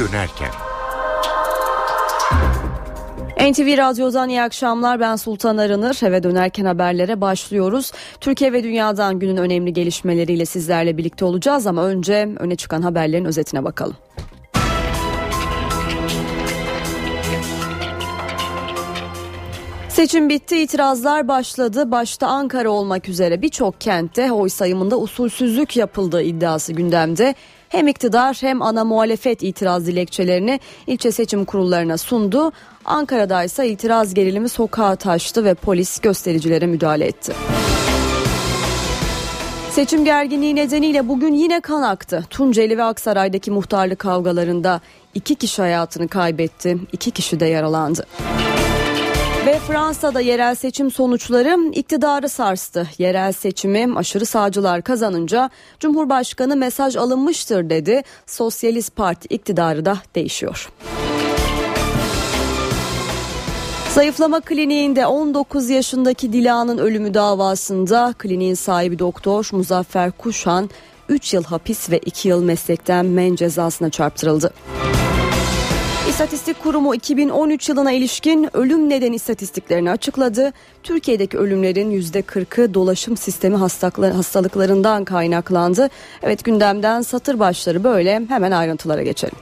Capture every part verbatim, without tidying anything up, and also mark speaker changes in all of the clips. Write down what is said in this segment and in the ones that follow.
Speaker 1: dönerken.
Speaker 2: N T V Radyo'dan iyi akşamlar, ben Sultan Arınır. Eve dönerken haberlere başlıyoruz. Türkiye ve dünyadan günün önemli gelişmeleriyle sizlerle birlikte olacağız ama önce öne çıkan haberlerin özetine bakalım. Seçim bitti, itirazlar başladı. Başta Ankara olmak üzere birçok kentte oy sayımında usulsüzlük yapıldığı iddiası gündemde. Hem iktidar hem ana muhalefet itiraz dilekçelerini ilçe seçim kurullarına sundu. Ankara'da ise itiraz gerilimi sokağa taştı ve polis göstericilere müdahale etti. Seçim gerginliği nedeniyle bugün yine kan aktı. Tunceli ve Aksaray'daki muhtarlık kavgalarında iki kişi hayatını kaybetti, iki kişi de yaralandı. Ve Fransa'da yerel seçim sonuçları iktidarı sarstı. Yerel seçimi aşırı sağcılar kazanınca Cumhurbaşkanı mesaj alınmıştır dedi. Sosyalist Parti iktidarı da değişiyor. Zayıflama kliniğinde on dokuz yaşındaki Dila'nın ölümü davasında kliniğin sahibi doktor Muzaffer Kuşan üç yıl hapis ve iki yıl meslekten men cezasına çarptırıldı. İstatistik Kurumu iki bin on üç yılına ilişkin ölüm nedeni istatistiklerini açıkladı. Türkiye'deki ölümlerin yüzde kırkı dolaşım sistemi hastalıklarından kaynaklandı. Evet, gündemden satır başları böyle, hemen ayrıntılara geçelim.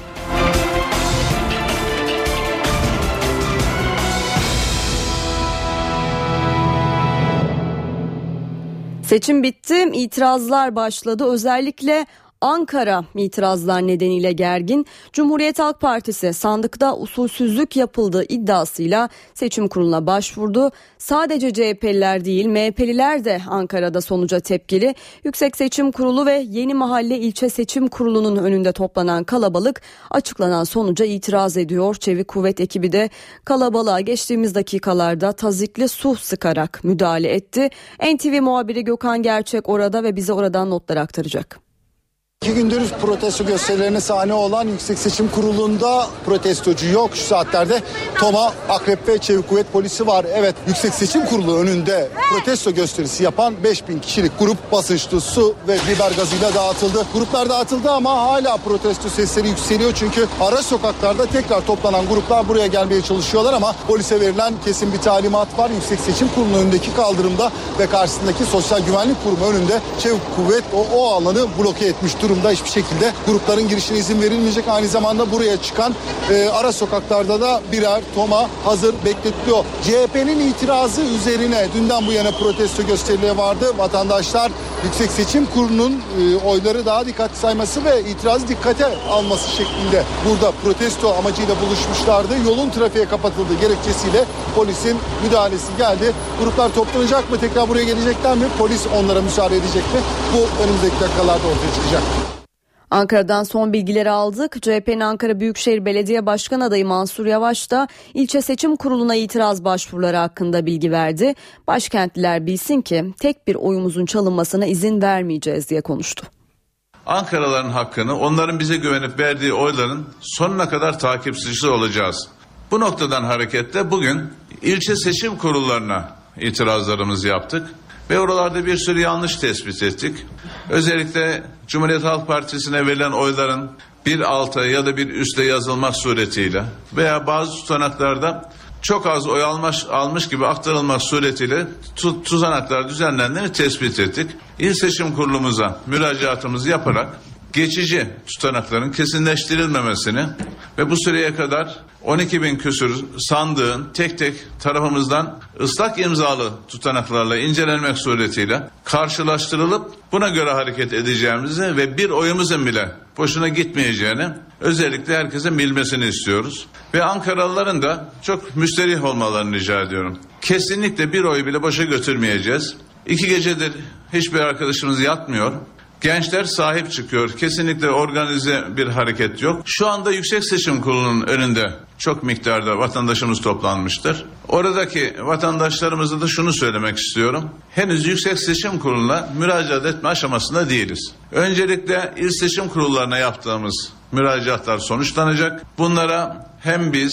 Speaker 2: Seçim bitti, itirazlar başladı. Özellikle Ankara itirazlar nedeniyle gergin. Cumhuriyet Halk Partisi sandıkta usulsüzlük yapıldığı iddiasıyla seçim kuruluna başvurdu. Sadece C H P'liler değil, M H P'liler de Ankara'da sonuca tepkili. Yüksek Seçim Kurulu ve Yeni Mahalle İlçe Seçim Kurulu'nun önünde toplanan kalabalık açıklanan sonuca itiraz ediyor. Çevik Kuvvet ekibi de kalabalığa geçtiğimiz dakikalarda tazikli su sıkarak müdahale etti. N T V muhabiri Gökhan Gerçek orada ve bize oradan notlar aktaracak.
Speaker 3: İki gündür protesto gösterilerine sahne olan Yüksek Seçim Kurulu'nda protestocu yok. Şu saatlerde TOMA, Akrep ve Çevik Kuvvet polisi var. Evet, Yüksek Seçim Kurulu önünde protesto gösterisi yapan beş bin kişilik grup basınçlı su ve biber gazıyla dağıtıldı. Gruplar dağıtıldı ama hala protesto sesleri yükseliyor. Çünkü ara sokaklarda tekrar toplanan gruplar buraya gelmeye çalışıyorlar ama polise verilen kesin bir talimat var. Yüksek Seçim Kurulu'nun önündeki kaldırımda ve karşısındaki Sosyal Güvenlik Kurumu önünde Çevik Kuvvet o, o alanı bloke etmiş durumda. Hiçbir şekilde grupların girişine izin verilmeyecek. Aynı zamanda buraya çıkan e, ara sokaklarda da birer TOMA hazır bekletiliyor. C H P'nin itirazı üzerine dünden bu yana protesto gösterileri vardı. Vatandaşlar Yüksek Seçim Kurulu'nun e, oyları daha dikkatli sayması ve itirazı dikkate alması şeklinde burada protesto amacıyla buluşmuşlardı. Yolun trafiğe kapatıldığı gerekçesiyle polisin müdahalesi geldi. Gruplar toplanacak mı? Tekrar buraya gelecekler mi? Polis onlara müsaade edecek mi? Bu önümüzdeki dakikalarda ortaya çıkacak.
Speaker 2: Ankara'dan son bilgileri aldık. C H P'nin Ankara Büyükşehir Belediye Başkan adayı Mansur Yavaş da ilçe seçim kuruluna itiraz başvuruları hakkında bilgi verdi. Başkentliler bilsin ki tek bir oyumuzun çalınmasına izin vermeyeceğiz diye konuştu.
Speaker 4: Ankaralıların hakkını, onların bize güvenip verdiği oyların sonuna kadar takipçisi olacağız. Bu noktadan hareketle bugün ilçe seçim kurullarına itirazlarımızı yaptık. Ve oralarda bir sürü yanlış tespit ettik. Özellikle Cumhuriyet Halk Partisi'ne verilen oyların bir alta ya da bir üste yazılmak suretiyle veya bazı tutanaklarda çok az oy almış, almış gibi aktarılmak suretiyle tut, tutanaklar düzenlendiğini tespit ettik. İl Seçim Kurulumuza müracaatımızı yaparak geçici tutanakların kesinleştirilmemesini ve bu süreye kadar on iki bin küsur sandığın tek tek tarafımızdan ıslak imzalı tutanaklarla incelenmek suretiyle karşılaştırılıp buna göre hareket edeceğimizi ve bir oyumuzun bile boşuna gitmeyeceğini özellikle herkesin bilmesini istiyoruz. Ve Ankaralıların da çok müsterih olmalarını rica ediyorum. Kesinlikle bir oy bile boşa götürmeyeceğiz. İki gecedir hiçbir arkadaşımız yatmıyor. Gençler sahip çıkıyor. Kesinlikle organize bir hareket yok. Şu anda Yüksek Seçim Kurulu'nun önünde çok miktarda vatandaşımız toplanmıştır. Oradaki vatandaşlarımıza da şunu söylemek istiyorum. Henüz Yüksek Seçim Kurulu'na müracaat etme aşamasında değiliz. Öncelikle il seçim kurullarına yaptığımız müracaatlar sonuçlanacak. Bunlara hem biz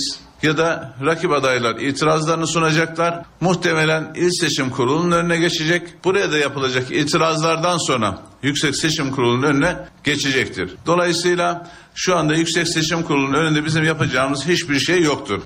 Speaker 4: ya da rakip adaylar itirazlarını sunacaklar. Muhtemelen İl Seçim Kurulu'nun önüne geçecek. Buraya da yapılacak itirazlardan sonra Yüksek Seçim Kurulu'nun önüne geçecektir. Dolayısıyla şu anda Yüksek Seçim Kurulu'nun önünde bizim yapacağımız hiçbir şey yoktur.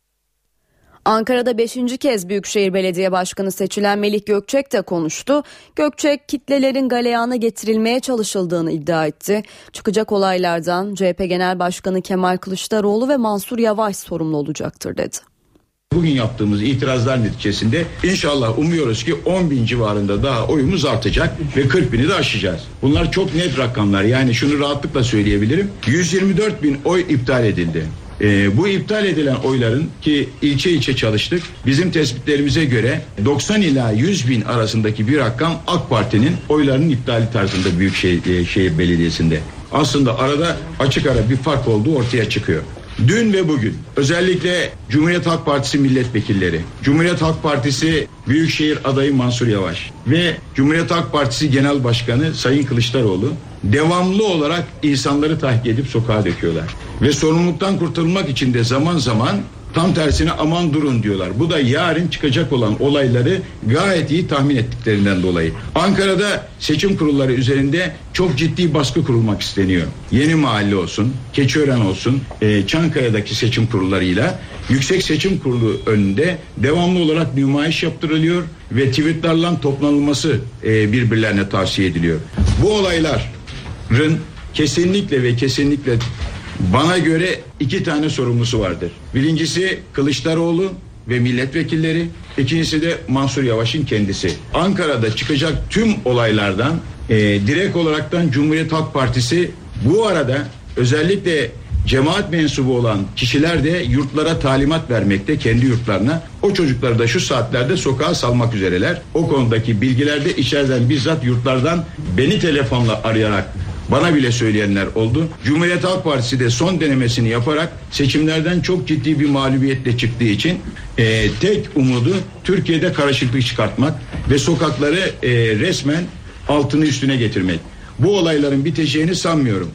Speaker 2: Ankara'da beşinci kez Büyükşehir Belediye Başkanı seçilen Melih Gökçek de konuştu. Gökçek kitlelerin galeyana getirilmeye çalışıldığını iddia etti. Çıkacak olaylardan C H P Genel Başkanı Kemal Kılıçdaroğlu ve Mansur Yavaş sorumlu olacaktır dedi.
Speaker 1: Bugün yaptığımız itirazlar neticesinde inşallah umuyoruz ki on bin civarında daha oyumuz artacak ve kırk bini de aşacağız. Bunlar çok net rakamlar, yani şunu rahatlıkla söyleyebilirim. yüz yirmi dört bin oy iptal edildi. Ee, bu iptal edilen oyların, ki ilçe ilçe çalıştık, bizim tespitlerimize göre doksan ila yüz bin arasındaki bir rakam AK Parti'nin oylarının iptali tarzında Büyükşehir Şehir Belediyesi'nde. Aslında arada açık ara bir fark olduğu ortaya çıkıyor. Dün ve bugün özellikle Cumhuriyet Halk Partisi milletvekilleri, Cumhuriyet Halk Partisi Büyükşehir adayı Mansur Yavaş ve Cumhuriyet Halk Partisi Genel Başkanı Sayın Kılıçdaroğlu devamlı olarak insanları tahrik edip sokağa döküyorlar. Ve sorumluluktan kurtulmak için de zaman zaman tam tersine aman durun diyorlar. Bu da yarın çıkacak olan olayları gayet iyi tahmin ettiklerinden dolayı. Ankara'da seçim kurulları üzerinde çok ciddi baskı kurulmak isteniyor. Yeni Mahalle olsun, Keçiören olsun, e, Çankaya'daki seçim kurullarıyla Yüksek Seçim Kurulu önünde devamlı olarak nümayiş yaptırılıyor ve tweetlerle toplanılması e, birbirlerine tavsiye ediliyor. Bu olayların kesinlikle ve kesinlikle bana göre iki tane sorumlusu vardır. Birincisi Kılıçdaroğlu ve milletvekilleri, ikincisi de Mansur Yavaş'ın kendisi. Ankara'da çıkacak tüm olaylardan e, direkt olaraktan Cumhuriyet Halk Partisi, bu arada özellikle cemaat mensubu olan kişiler de yurtlara talimat vermekte, kendi yurtlarına. O çocukları da şu saatlerde sokağa salmak üzereler. O konudaki bilgiler de içeriden bizzat yurtlardan beni telefonla arayarak bana bile söyleyenler oldu. Cumhuriyet Halk Partisi de son denemesini yaparak seçimlerden çok ciddi bir mağlubiyetle çıktığı için e, tek umudu Türkiye'de karışıklık çıkartmak ve sokakları e, resmen altını üstüne getirmek. Bu olayların biteceğini sanmıyorum.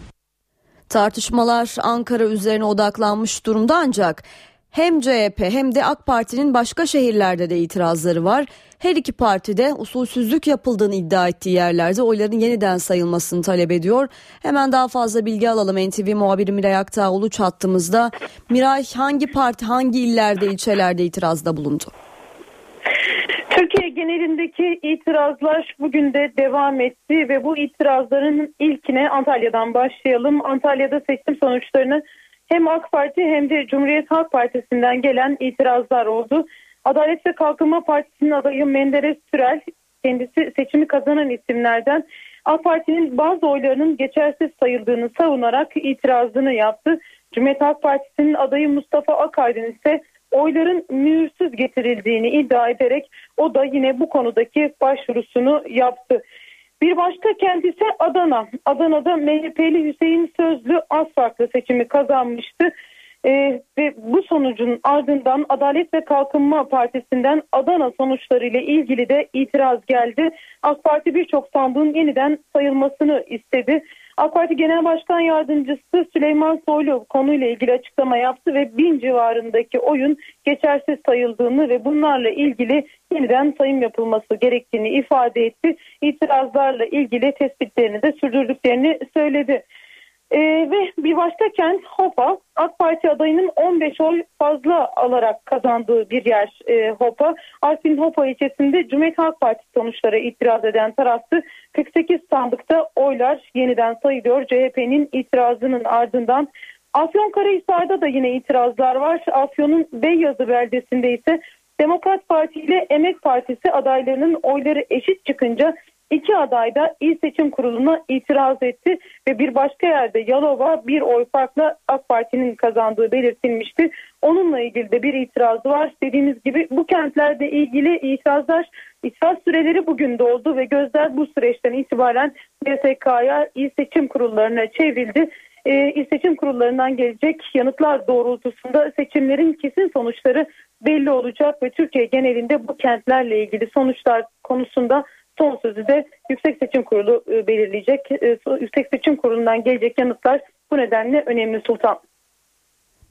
Speaker 2: Tartışmalar Ankara üzerine odaklanmış durumda, ancak hem C H P hem de AK Parti'nin başka şehirlerde de itirazları var. Her iki parti de usulsüzlük yapıldığını iddia ettiği yerlerde oyların yeniden sayılmasını talep ediyor. Hemen daha fazla bilgi alalım. N T V muhabiri Miray Aktağ Uluç hattımızda. Miray, hangi parti hangi illerde, ilçelerde itirazda bulundu?
Speaker 5: Türkiye genelindeki itirazlar bugün de devam etti ve bu itirazların ilkine Antalya'dan başlayalım. Antalya'da seçim sonuçlarını hem AK Parti hem de Cumhuriyet Halk Partisi'nden gelen itirazlar oldu. Adalet ve Kalkınma Partisi'nin adayı Menderes Türel, kendisi seçimi kazanan isimlerden, AK Parti'nin bazı oylarının geçersiz sayıldığını savunarak itirazını yaptı. Cumhuriyet Halk Partisi'nin adayı Mustafa Akaydın ise oyların mühürsüz getirildiğini iddia ederek o da yine bu konudaki başvurusunu yaptı. Bir başka kent ise Adana. Adana'da M H P'li Hüseyin Sözlü az farklı seçimi kazanmıştı. Ee, ve bu sonucun ardından Adalet ve Kalkınma Partisi'nden Adana sonuçlarıyla ilgili de itiraz geldi. AK Parti birçok sandığın yeniden sayılmasını istedi. AK Parti Genel Başkan Yardımcısı Süleyman Soylu konuyla ilgili açıklama yaptı ve bin civarındaki oyun geçersiz sayıldığını ve bunlarla ilgili yeniden sayım yapılması gerektiğini ifade etti. İtirazlarla ilgili tespitlerini de sürdürdüklerini söyledi. Ee, ve bir başka kent Hopa, AK Parti adayının on beş oy fazla alarak kazandığı bir yer e, Hopa. Artvin Hopa ilçesinde Cumhuriyet Halk Partisi sonuçlara itiraz eden taraftı. kırk sekiz sandıkta oylar yeniden sayılıyor C H P'nin itirazının ardından. Afyonkarahisar'da da yine itirazlar var. Afyon'un Beyyazı beldesinde ise Demokrat Parti ile Emek Partisi adaylarının oyları eşit çıkınca İki aday da İl Seçim Kurulu'na itiraz etti ve bir başka yerde Yalova bir oy farkla AK Parti'nin kazandığı belirtilmişti. Onunla ilgili de bir itirazı var. Dediğimiz gibi bu kentlerde ilgili itirazlar, itiraz süreleri bugün doldu ve gözler bu süreçten itibaren B S K'ya, İl Seçim Kurullarına çevrildi. Ee, İl Seçim Kurullarından gelecek yanıtlar doğrultusunda seçimlerin kesin sonuçları belli olacak ve Türkiye genelinde bu kentlerle ilgili sonuçlar konusunda son sözü de Yüksek Seçim Kurulu belirleyecek. Yüksek Seçim Kurulu'ndan gelecek yanıtlar bu nedenle önemli Sultan.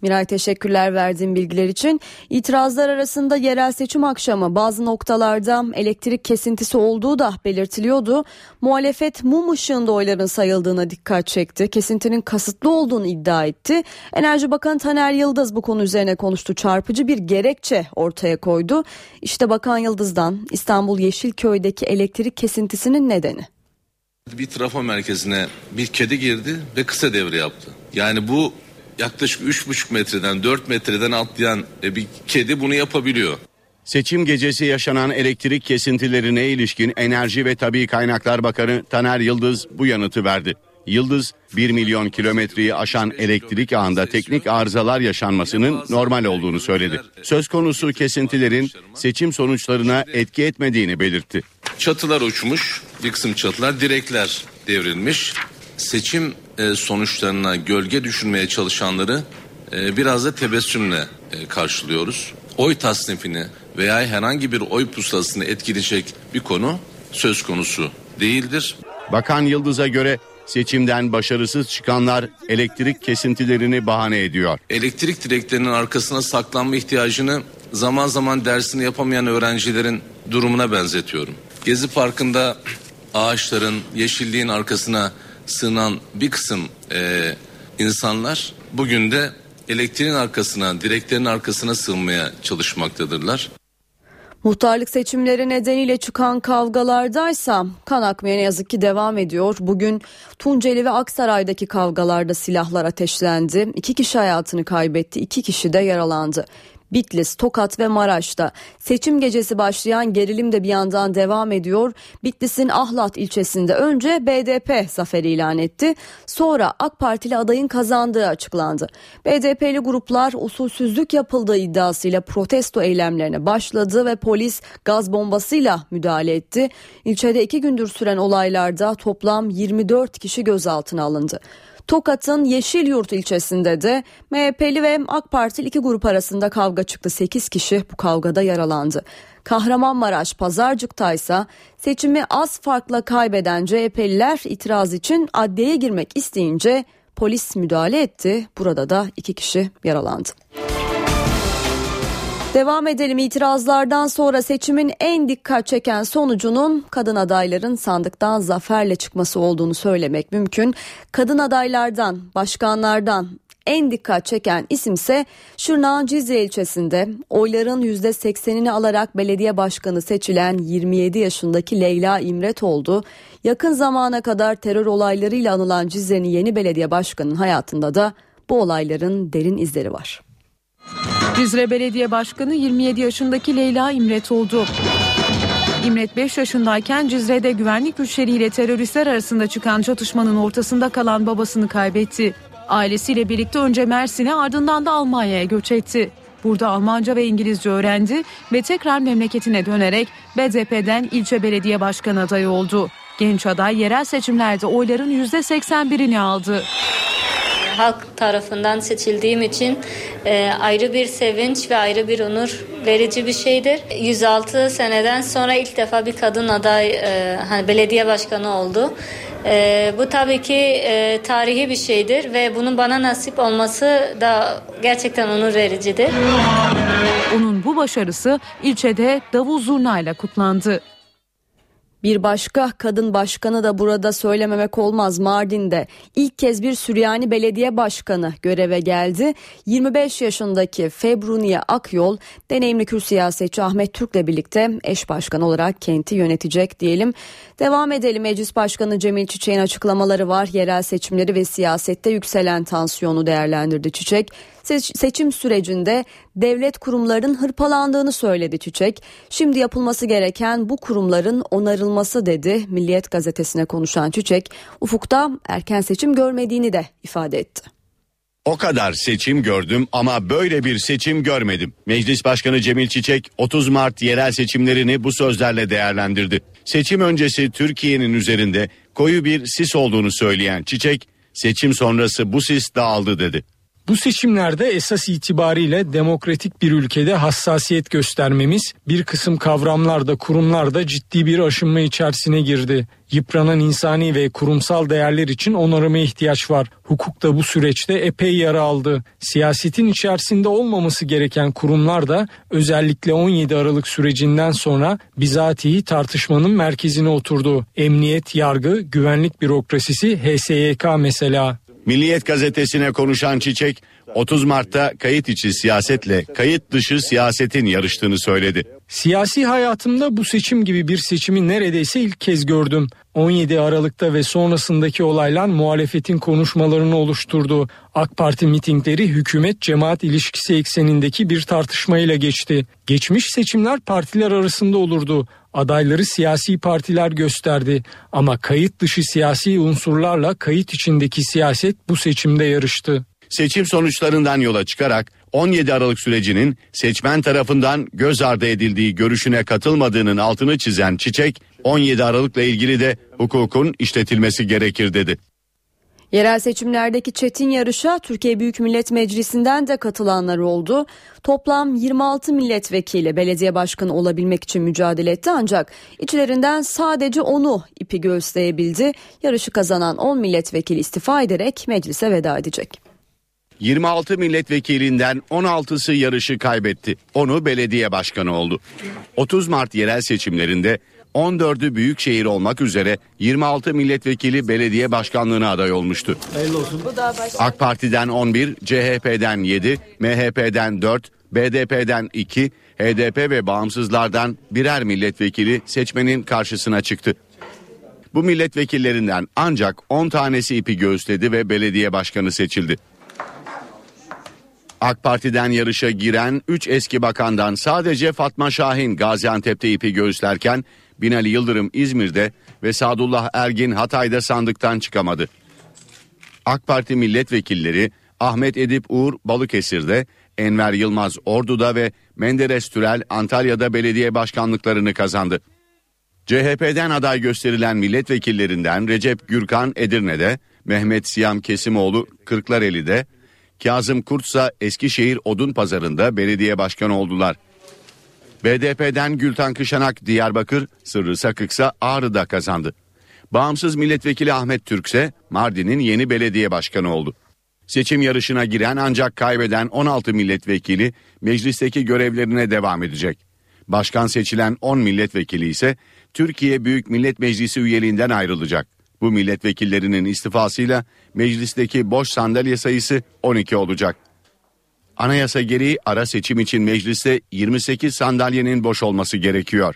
Speaker 2: Miray, teşekkürler verdiğin bilgiler için. İtirazlar arasında yerel seçim akşamı bazı noktalarda elektrik kesintisi olduğu da belirtiliyordu. Muhalefet mum ışığında oyların sayıldığına dikkat çekti. Kesintinin kasıtlı olduğunu iddia etti. Enerji Bakanı Taner Yıldız bu konu üzerine konuştu. Çarpıcı bir gerekçe ortaya koydu. İşte Bakan Yıldız'dan İstanbul Yeşilköy'deki elektrik kesintisinin nedeni.
Speaker 6: Bir trafo merkezine bir kedi girdi ve kısa devre yaptı. Yani bu yaklaşık üç buçuk metreden dört metreden atlayan bir kedi bunu yapabiliyor.
Speaker 7: Seçim gecesi yaşanan elektrik kesintilerine ilişkin Enerji ve Tabii Kaynaklar Bakanı Taner Yıldız bu yanıtı verdi. Yıldız, bir milyon kilometreyi aşan elektrik ağında teknik arızalar yaşanmasının normal olduğunu söyledi. Söz konusu kesintilerin seçim sonuçlarına etki etmediğini belirtti.
Speaker 6: Çatılar uçmuş, bir kısım çatılar, direkler devrilmiş. Seçim e, sonuçlarına gölge düşürmeye çalışanları e, biraz da tebessümle e, karşılıyoruz. Oy tasnifini veya herhangi bir oy pusulasını etkileyecek bir konu söz konusu değildir.
Speaker 7: Bakan Yıldız'a göre seçimden başarısız çıkanlar elektrik kesintilerini bahane ediyor.
Speaker 6: Elektrik direklerinin arkasına saklanma ihtiyacını zaman zaman dersini yapamayan öğrencilerin durumuna benzetiyorum. Gezi Parkı'nda ağaçların, yeşilliğin arkasına sığınan bir kısım e, insanlar bugün de elektriğin arkasına, direklerin arkasına sığınmaya çalışmaktadırlar.
Speaker 2: Muhtarlık seçimleri nedeniyle çıkan kavgalardaysa kan akmaya ne yazık ki devam ediyor. Bugün Tunceli ve Aksaray'daki kavgalarda silahlar ateşlendi. İki kişi hayatını kaybetti, iki kişi de yaralandı. Bitlis, Tokat ve Maraş'ta seçim gecesi başlayan gerilim de bir yandan devam ediyor. Bitlis'in Ahlat ilçesinde önce B D P zafer ilan etti. Sonra AK Partili adayın kazandığı açıklandı. B D P'li gruplar usulsüzlük yapıldığı iddiasıyla protesto eylemlerine başladı ve polis gaz bombasıyla müdahale etti. İlçede iki gündür süren olaylarda toplam yirmi dört kişi gözaltına alındı. Tokat'ın Yeşilyurt ilçesinde de M H P'li ve AK Partili iki grup arasında kavga çıktı. sekiz kişi bu kavgada yaralandı. Kahramanmaraş Pazarcık'ta ise seçimi az farkla kaybeden C H P'liler itiraz için adliyeye girmek isteyince polis müdahale etti. Burada da iki kişi yaralandı. Devam edelim. İtirazlardan sonra seçimin en dikkat çeken sonucunun kadın adayların sandıktan zaferle çıkması olduğunu söylemek mümkün. Kadın adaylardan, başkanlardan en dikkat çeken isimse Şırnak'ın Cizre ilçesinde oyların yüzde seksenini alarak belediye başkanı seçilen yirmi yedi yaşındaki Leyla İmret oldu. Yakın zamana kadar terör olaylarıyla anılan Cizre'nin yeni belediye başkanının hayatında da bu olayların derin izleri var.
Speaker 8: Cizre Belediye Başkanı yirmi yedi yaşındaki Leyla İmret oldu. İmret beş yaşındayken Cizre'de güvenlik güçleriyle teröristler arasında çıkan çatışmanın ortasında kalan babasını kaybetti. Ailesiyle birlikte önce Mersin'e, ardından da Almanya'ya göç etti. Burada Almanca ve İngilizce öğrendi ve tekrar memleketine dönerek B D P'den ilçe belediye başkanı adayı oldu. Genç aday yerel seçimlerde oyların yüzde seksen birini aldı.
Speaker 9: Halk tarafından seçildiğim için e, ayrı bir sevinç ve ayrı bir onur verici bir şeydir. yüz altı seneden sonra ilk defa bir kadın aday e, hani belediye başkanı oldu. E, bu tabii ki e, tarihi bir şeydir ve bunun bana nasip olması da gerçekten onur vericidir.
Speaker 8: Onun bu başarısı ilçede davul zurnayla kutlandı.
Speaker 2: Bir başka kadın başkanı da burada söylememek olmaz. Mardin'de ilk kez bir Süryani belediye başkanı göreve geldi. yirmi beş yaşındaki Februniye Akyol, deneyimli Kürt siyasetçi Ahmet Türk'le birlikte eş başkan olarak kenti yönetecek diyelim. Devam edelim. Meclis Başkanı Cemil Çiçek'in açıklamaları var. Yerel seçimleri ve siyasette yükselen tansiyonu değerlendirdi Çiçek. Seçim sürecinde devlet kurumlarının hırpalandığını söyledi Çiçek. Şimdi yapılması gereken bu kurumların onarılması dedi. Milliyet gazetesine konuşan Çiçek, ufukta erken seçim görmediğini de ifade etti.
Speaker 7: O kadar seçim gördüm ama böyle bir seçim görmedim. Meclis Başkanı Cemil Çiçek otuz Mart yerel seçimlerini bu sözlerle değerlendirdi. Seçim öncesi Türkiye'nin üzerinde koyu bir sis olduğunu söyleyen Çiçek, seçim sonrası bu sis dağıldı dedi.
Speaker 10: Bu seçimlerde esas itibariyle demokratik bir ülkede hassasiyet göstermemiz, bir kısım kavramlarda, kurumlarda ciddi bir aşınma içerisine girdi. Yıpranan insani ve kurumsal değerler için onarıma ihtiyaç var. Hukuk da bu süreçte epey yara aldı. Siyasetin içerisinde olmaması gereken kurumlar da özellikle on yedi Aralık sürecinden sonra bizatihi tartışmanın merkezine oturdu. Emniyet, yargı, güvenlik bürokrasisi, H S Y K mesela.
Speaker 7: Milliyet gazetesine konuşan Çiçek, otuz Mart'ta kayıt içi siyasetle kayıt dışı siyasetin yarıştığını söyledi.
Speaker 10: Siyasi hayatımda bu seçim gibi bir seçimi neredeyse ilk kez gördüm. on yedi Aralık'ta ve sonrasındaki olaylar muhalefetin konuşmalarını oluşturdu. AK Parti mitingleri hükümet-cemaat ilişkisi eksenindeki bir tartışmayla geçti. Geçmiş seçimler partiler arasında olurdu. Adayları siyasi partiler gösterdi. Ama kayıt dışı siyasi unsurlarla kayıt içindeki siyaset bu seçimde yarıştı.
Speaker 7: Seçim sonuçlarından yola çıkarak on yedi Aralık sürecinin seçmen tarafından göz ardı edildiği görüşüne katılmadığının altını çizen Çiçek, on yedi Aralık'la ilgili de hukukun işletilmesi gerekir dedi.
Speaker 2: Yerel seçimlerdeki çetin yarışa Türkiye Büyük Millet Meclisi'nden de katılanlar oldu. Toplam yirmi altı milletvekili belediye başkanı olabilmek için mücadele etti ancak içlerinden sadece onu ipi göğüsleyebildi. Yarışı kazanan on milletvekili istifa ederek meclise veda edecek.
Speaker 7: yirmi altı milletvekilinden on altısı yarışı kaybetti. Onu belediye başkanı oldu. otuz Mart yerel seçimlerinde on dördü büyükşehir olmak üzere yirmi altı milletvekili belediye başkanlığına aday olmuştu. AK Parti'den on bir, C H P'den yedi, M H P'den dört, B D P'den iki, H D P ve bağımsızlardan birer milletvekili seçmenin karşısına çıktı. Bu milletvekillerinden ancak on tanesi ipi göğüsledi ve belediye başkanı seçildi. AK Parti'den yarışa giren üç eski bakandan sadece Fatma Şahin Gaziantep'te ipi göğüslerken Binali Yıldırım İzmir'de ve Sadullah Ergin Hatay'da sandıktan çıkamadı. AK Parti milletvekilleri Ahmet Edip Uğur Balıkesir'de, Enver Yılmaz Ordu'da ve Menderes Türel Antalya'da belediye başkanlıklarını kazandı. C H P'den aday gösterilen milletvekillerinden Recep Gürkan Edirne'de, Mehmet Siyam Kesimoğlu Kırklareli'de, Kazım Kurtsa Eskişehir Odunpazarı'nda belediye başkanı oldular. B D P'den Gültan Kışanak Diyarbakır, Sırrı Sakıksa Ağrı'da kazandı. Bağımsız milletvekili Ahmet Türkse Mardin'in yeni belediye başkanı oldu. Seçim yarışına giren ancak kaybeden on altı milletvekili meclisteki görevlerine devam edecek. Başkan seçilen on milletvekili ise Türkiye Büyük Millet Meclisi üyeliğinden ayrılacak. Bu milletvekillerinin istifasıyla meclisteki boş sandalye sayısı on iki olacak. Anayasa gereği ara seçim için mecliste yirmi sekiz sandalyenin boş olması gerekiyor.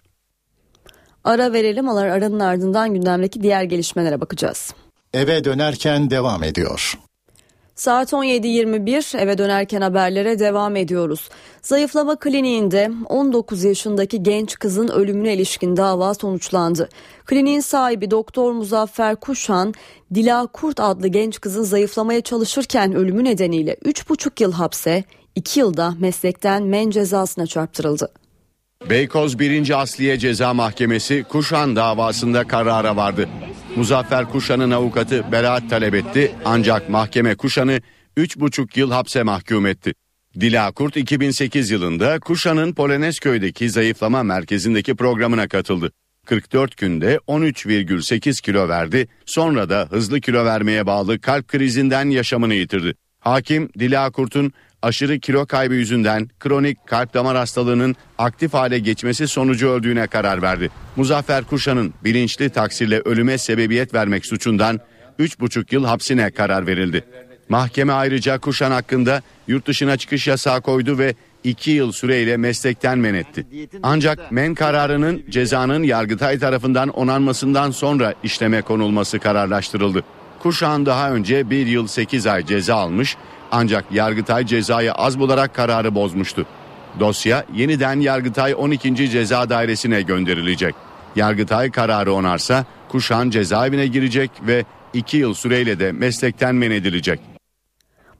Speaker 2: Ara verelim, aranın ardından gündemdeki diğer gelişmelere bakacağız.
Speaker 3: Eve dönerken devam ediyor.
Speaker 2: Saat on yedi yirmi bir, eve dönerken haberlere devam ediyoruz. Zayıflama kliniğinde on dokuz yaşındaki genç kızın ölümüne ilişkin dava sonuçlandı. Kliniğin sahibi Doktor Muzaffer Kuşan, Dila Kurt adlı genç kızın zayıflamaya çalışırken ölümü nedeniyle üç buçuk yıl hapse, iki yılda meslekten men cezasına çarptırıldı.
Speaker 7: Beykoz birinci Asliye Ceza Mahkemesi Kuşan davasında karara vardı. Muzaffer Kuşan'ın avukatı beraat talep etti ancak mahkeme Kuşan'ı üç buçuk yıl hapse mahkum etti. Dila Kurt iki bin sekiz yılında Kuşan'ın Polonezköy'deki zayıflama merkezindeki programına katıldı. kırk dört günde on üç virgül sekiz kilo verdi, sonra da hızlı kilo vermeye bağlı kalp krizinden yaşamını yitirdi. Hakim Dila Kurt'un aşırı kilo kaybı yüzünden kronik kalp damar hastalığının aktif hale geçmesi sonucu öldüğüne karar verdi. Muzaffer Kuşan'ın bilinçli taksirle ölüme sebebiyet vermek suçundan üç buçuk yıl hapsine karar verildi. Mahkeme ayrıca Kuşan hakkında yurt dışına çıkış yasağı koydu ve iki yıl süreyle meslekten men etti. Ancak men kararının cezanın Yargıtay tarafından onanmasından sonra işleme konulması kararlaştırıldı. Kuşan daha önce bir yıl sekiz ay ceza almış ancak Yargıtay cezayı az bularak kararı bozmuştu. Dosya yeniden Yargıtay on ikinci Ceza Dairesi'ne gönderilecek. Yargıtay kararı onarsa Kuşan cezaevine girecek ve iki yıl süreyle de meslekten men edilecek.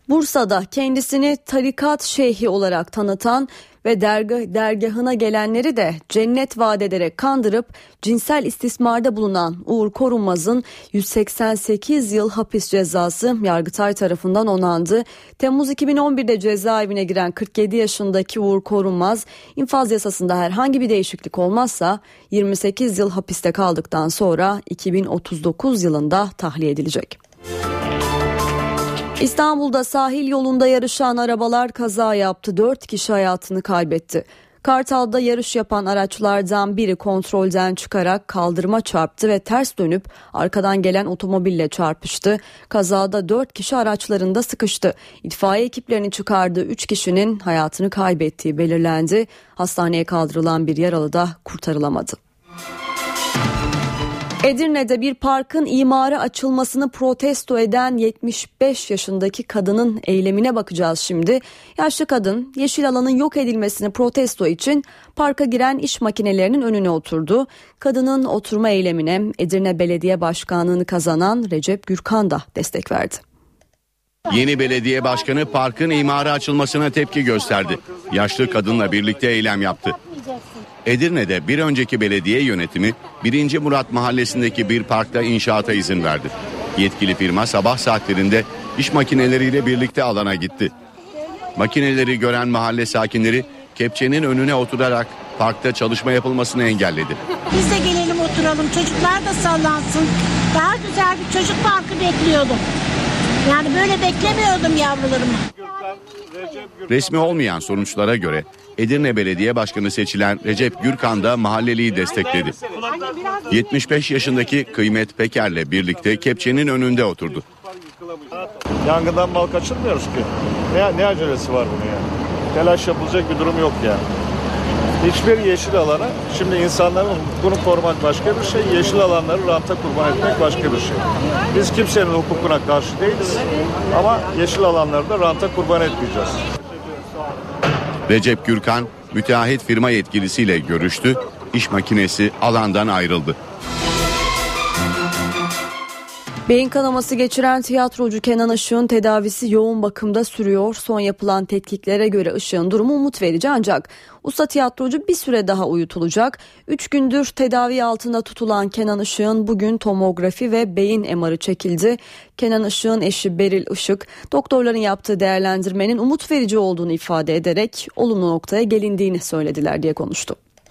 Speaker 2: Bursa'da kendisini tarikat şeyhi olarak tanıtan ve dergah, dergahına gelenleri de cennet vaat ederek kandırıp cinsel istismarda bulunan Uğur Korunmaz'ın yüz seksen sekiz yıl hapis cezası Yargıtay tarafından onandı. Temmuz iki bin on birde cezaevine giren kırk yedi yaşındaki Uğur Korunmaz, infaz yasasında herhangi bir değişiklik olmazsa yirmi sekiz yıl hapiste kaldıktan sonra iki bin otuz dokuz yılında tahliye edilecek. İstanbul'da sahil yolunda yarışan arabalar kaza yaptı. dört kişi hayatını kaybetti. Kartal'da yarış yapan araçlardan biri kontrolden çıkarak kaldırıma çarptı ve ters dönüp arkadan gelen otomobille çarpıştı. Kazada dört kişi araçlarında sıkıştı. İtfaiye ekiplerinin çıkardığı üç kişinin hayatını kaybettiği belirlendi. Hastaneye kaldırılan bir yaralı da kurtarılamadı. Edirne'de bir parkın imara açılmasını protesto eden yetmiş beş yaşındaki kadının eylemine bakacağız şimdi. Yaşlı kadın yeşil alanın yok edilmesini protesto için parka giren iş makinelerinin önüne oturdu. Kadının oturma eylemine Edirne Belediye Başkanlığı'nı kazanan Recep Gürkan da destek verdi.
Speaker 7: Yeni belediye başkanı parkın imara açılmasına tepki gösterdi. Yaşlı kadınla birlikte eylem yaptı. Edirne'de bir önceki belediye yönetimi birinci Murat Mahallesi'ndeki bir parkta inşaata izin verdi. Yetkili firma sabah saatlerinde iş makineleriyle birlikte alana gitti. Makineleri gören mahalle sakinleri kepçenin önüne oturarak parkta çalışma yapılmasını engelledi.
Speaker 11: Biz de gelelim oturalım, çocuklar da sallansın. Daha güzel bir çocuk parkı bekliyordum. Yani böyle beklemiyordum yavrularımı.
Speaker 7: Resmi olmayan sonuçlara göre Edirne Belediye Başkanı seçilen Recep Gürkan da mahalleliyi destekledi. yetmiş beş yaşındaki Kıymet Peker'le birlikte kepçenin önünde oturdu.
Speaker 12: Yangından mal kaçırmıyoruz ki. Ne, ne acelesi var bunun yani? Telaş yapılacak bir durum yok yani. Hiçbir yeşil alana, şimdi insanların hukukunu korumak başka bir şey, yeşil alanları ranta kurban etmek başka bir şey. Biz kimsenin hukukuna karşı değiliz ama yeşil alanları da ranta kurban etmeyeceğiz.
Speaker 7: Recep Gürkan müteahhit firma yetkilisiyle görüştü, iş makinesi alandan ayrıldı.
Speaker 2: Beyin kanaması geçiren tiyatrocu Kenan Işık'ın tedavisi yoğun bakımda sürüyor. Son yapılan tetkiklere göre Işık'ın durumu umut verici ancak usta tiyatrocu bir süre daha uyutulacak. Üç gündür tedavi altında tutulan Kenan Işık'ın bugün tomografi ve beyin M R'ı çekildi. Kenan Işık'ın eşi Beril Işık doktorların yaptığı değerlendirmenin umut verici olduğunu ifade ederek olumlu noktaya gelindiğini söylediler diye konuştu.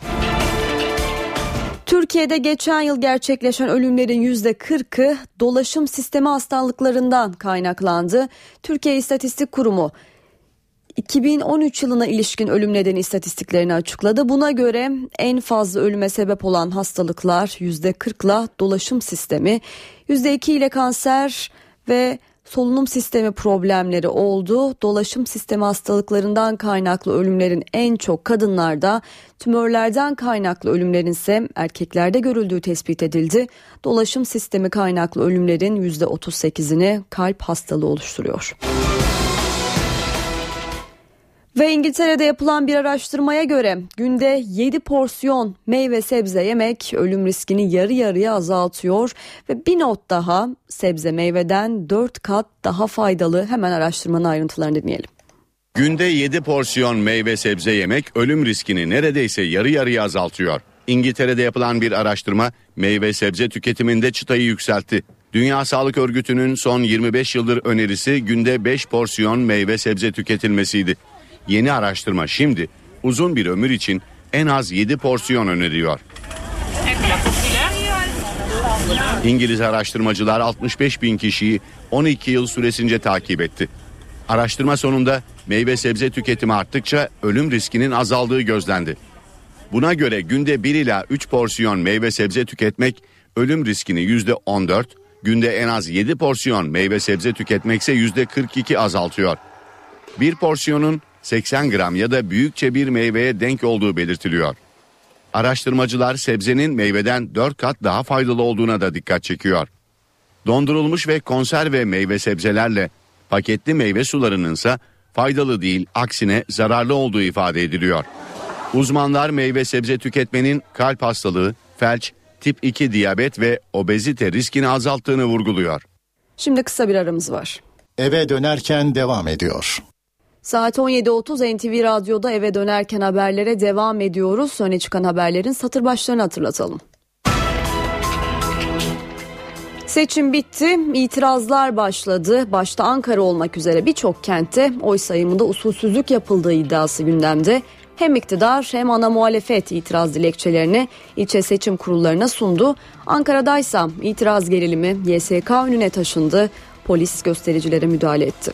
Speaker 2: Türkiye'de geçen yıl gerçekleşen ölümlerin yüzde kırkı dolaşım sistemi hastalıklarından kaynaklandı. Türkiye İstatistik Kurumu iki bin on üç yılına ilişkin ölüm nedeni istatistiklerini açıkladı. Buna göre en fazla ölüme sebep olan hastalıklar yüzde kırkla dolaşım sistemi, yüzde iki ile kanser ve solunum sistemi problemleri oldu. Dolaşım sistemi hastalıklarından kaynaklı ölümlerin en çok kadınlarda, tümörlerden kaynaklı ölümlerin ise erkeklerde görüldüğü tespit edildi. Dolaşım sistemi kaynaklı ölümlerin yüzde otuz sekizini kalp hastalığı oluşturuyor. Ve İngiltere'de yapılan bir araştırmaya göre günde yedi porsiyon meyve sebze yemek ölüm riskini yarı yarıya azaltıyor ve bir not daha, sebze meyveden dört kat daha faydalı. Hemen araştırmanın ayrıntılarını dinleyelim.
Speaker 7: Günde yedi porsiyon meyve sebze yemek ölüm riskini neredeyse yarı yarıya azaltıyor. İngiltere'de yapılan bir araştırma meyve sebze tüketiminde çıtayı yükseltti. Dünya Sağlık Örgütü'nün son yirmi beş yıldır önerisi günde beş porsiyon meyve sebze tüketilmesiydi. Yeni araştırma şimdi uzun bir ömür için en az yedi porsiyon öneriyor. İngiliz araştırmacılar altmış beş bin kişiyi on iki yıl süresince takip etti. Araştırma sonunda meyve sebze tüketimi arttıkça ölüm riskinin azaldığı gözlendi. Buna göre günde bir ila üç porsiyon meyve sebze tüketmek ölüm riskini yüzde on dört, günde en az yedi porsiyon meyve sebze tüketmekse yüzde kırk iki azaltıyor. Bir porsiyonun seksen gram ya da büyükçe bir meyveye denk olduğu belirtiliyor. Araştırmacılar sebzenin meyveden dört kat daha faydalı olduğuna da dikkat çekiyor. Dondurulmuş ve konserve meyve sebzelerle paketli meyve sularının ise faydalı değil, aksine zararlı olduğu ifade ediliyor. Uzmanlar meyve sebze tüketmenin kalp hastalığı, felç, tip iki diyabet ve obezite riskini azalttığını vurguluyor.
Speaker 2: Şimdi kısa bir aramız var.
Speaker 13: eve dönerken devam ediyor.
Speaker 2: Saat on yedi otuz N T V Radyo'da eve dönerken haberlere devam ediyoruz. Öne çıkan haberlerin satır başlarını hatırlatalım. Seçim bitti, itirazlar başladı. Başta Ankara olmak üzere birçok kentte oy sayımında usulsüzlük yapıldığı iddiası gündemde. Hem iktidar hem ana muhalefet itiraz dilekçelerini ilçe seçim kurullarına sundu. Ankara'daysa itiraz gerilimi Y S K önüne taşındı. Polis göstericilere müdahale etti.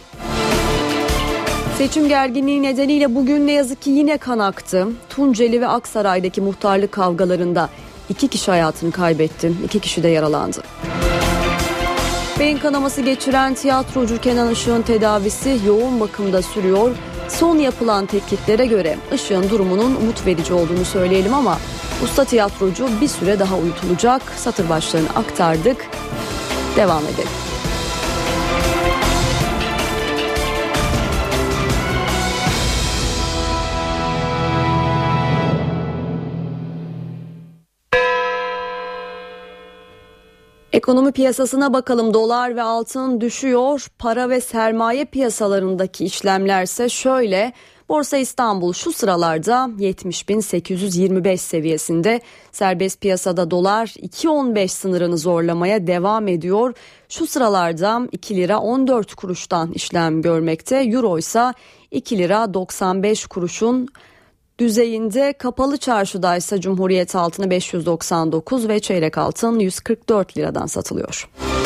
Speaker 2: Seçim gerginliği nedeniyle bugün ne yazık ki yine kan aktı. Tunceli ve Aksaray'daki muhtarlık kavgalarında iki kişi hayatını kaybetti, iki kişi de yaralandı. Beyin kanaması geçiren tiyatrocu Kenan Işık'ın tedavisi yoğun bakımda sürüyor. Son yapılan tetkiklere göre Işık'ın durumunun umut verici olduğunu söyleyelim ama usta tiyatrocu bir süre daha uyutulacak. Satır başlarını aktardık. Devam edelim. Ekonomi piyasasına bakalım. Dolar ve altın düşüyor. Para ve sermaye piyasalarındaki işlemlerse şöyle. Borsa İstanbul şu sıralarda yetmiş bin sekiz yüz yirmi beş seviyesinde. Serbest piyasada dolar iki virgül on beş sınırını zorlamaya devam ediyor. Şu sıralarda iki lira on dört kuruştan işlem görmekte. Euro ise iki lira doksan beş kuruşun düzeyinde. Kapalı çarşıda ise Cumhuriyet altını beş yüz doksan dokuz ve çeyrek altın yüz kırk dört liradan satılıyor.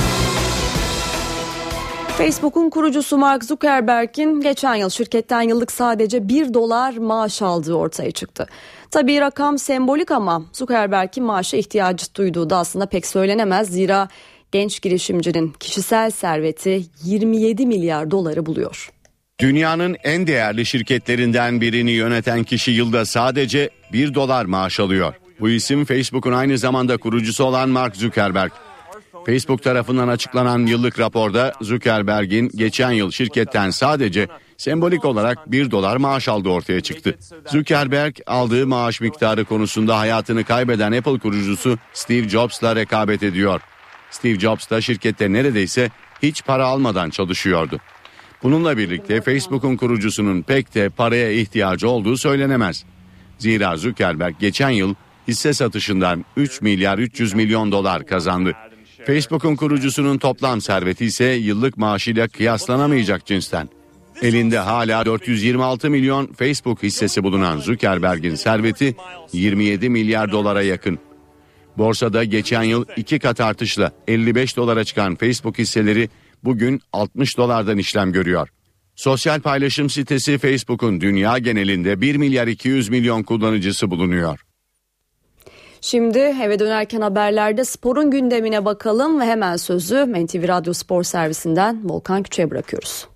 Speaker 2: Facebook'un kurucusu Mark Zuckerberg'in geçen yıl şirketten yıllık sadece bir dolar maaş aldığı ortaya çıktı. Tabii rakam sembolik ama Zuckerberg'in maaşa ihtiyacı duyduğu da aslında pek söylenemez. Zira genç girişimcinin kişisel serveti yirmi yedi milyar doları buluyor.
Speaker 7: Dünyanın en değerli şirketlerinden birini yöneten kişi yılda sadece bir dolar maaş alıyor. Bu isim Facebook'un aynı zamanda kurucusu olan Mark Zuckerberg. Facebook tarafından açıklanan yıllık raporda Zuckerberg'in geçen yıl şirketten sadece sembolik olarak bir dolar maaş aldığı ortaya çıktı. Zuckerberg aldığı maaş miktarı konusunda hayatını kaybeden Apple kurucusu Steve Jobs'la rekabet ediyor. Steve Jobs da şirkette neredeyse hiç para almadan çalışıyordu. Bununla birlikte Facebook'un kurucusunun pek de paraya ihtiyacı olduğu söylenemez. Zira Zuckerberg geçen yıl hisse satışından üç milyar üç yüz milyon dolar kazandı. Facebook'un kurucusunun toplam serveti ise yıllık maaşıyla kıyaslanamayacak cinsten. Elinde hala dört yüz yirmi altı milyon Facebook hissesi bulunan Zuckerberg'in serveti yirmi yedi milyar dolara yakın. Borsada geçen yıl iki kat artışla elli beş dolara çıkan Facebook hisseleri bugün altmış dolardan işlem görüyor. Sosyal paylaşım sitesi Facebook'un dünya genelinde bir milyar iki yüz milyon kullanıcısı bulunuyor.
Speaker 2: Şimdi eve dönerken haberlerde sporun gündemine bakalım ve hemen sözü N T V Radyo Spor Servisinden Volkan Küçük'e bırakıyoruz.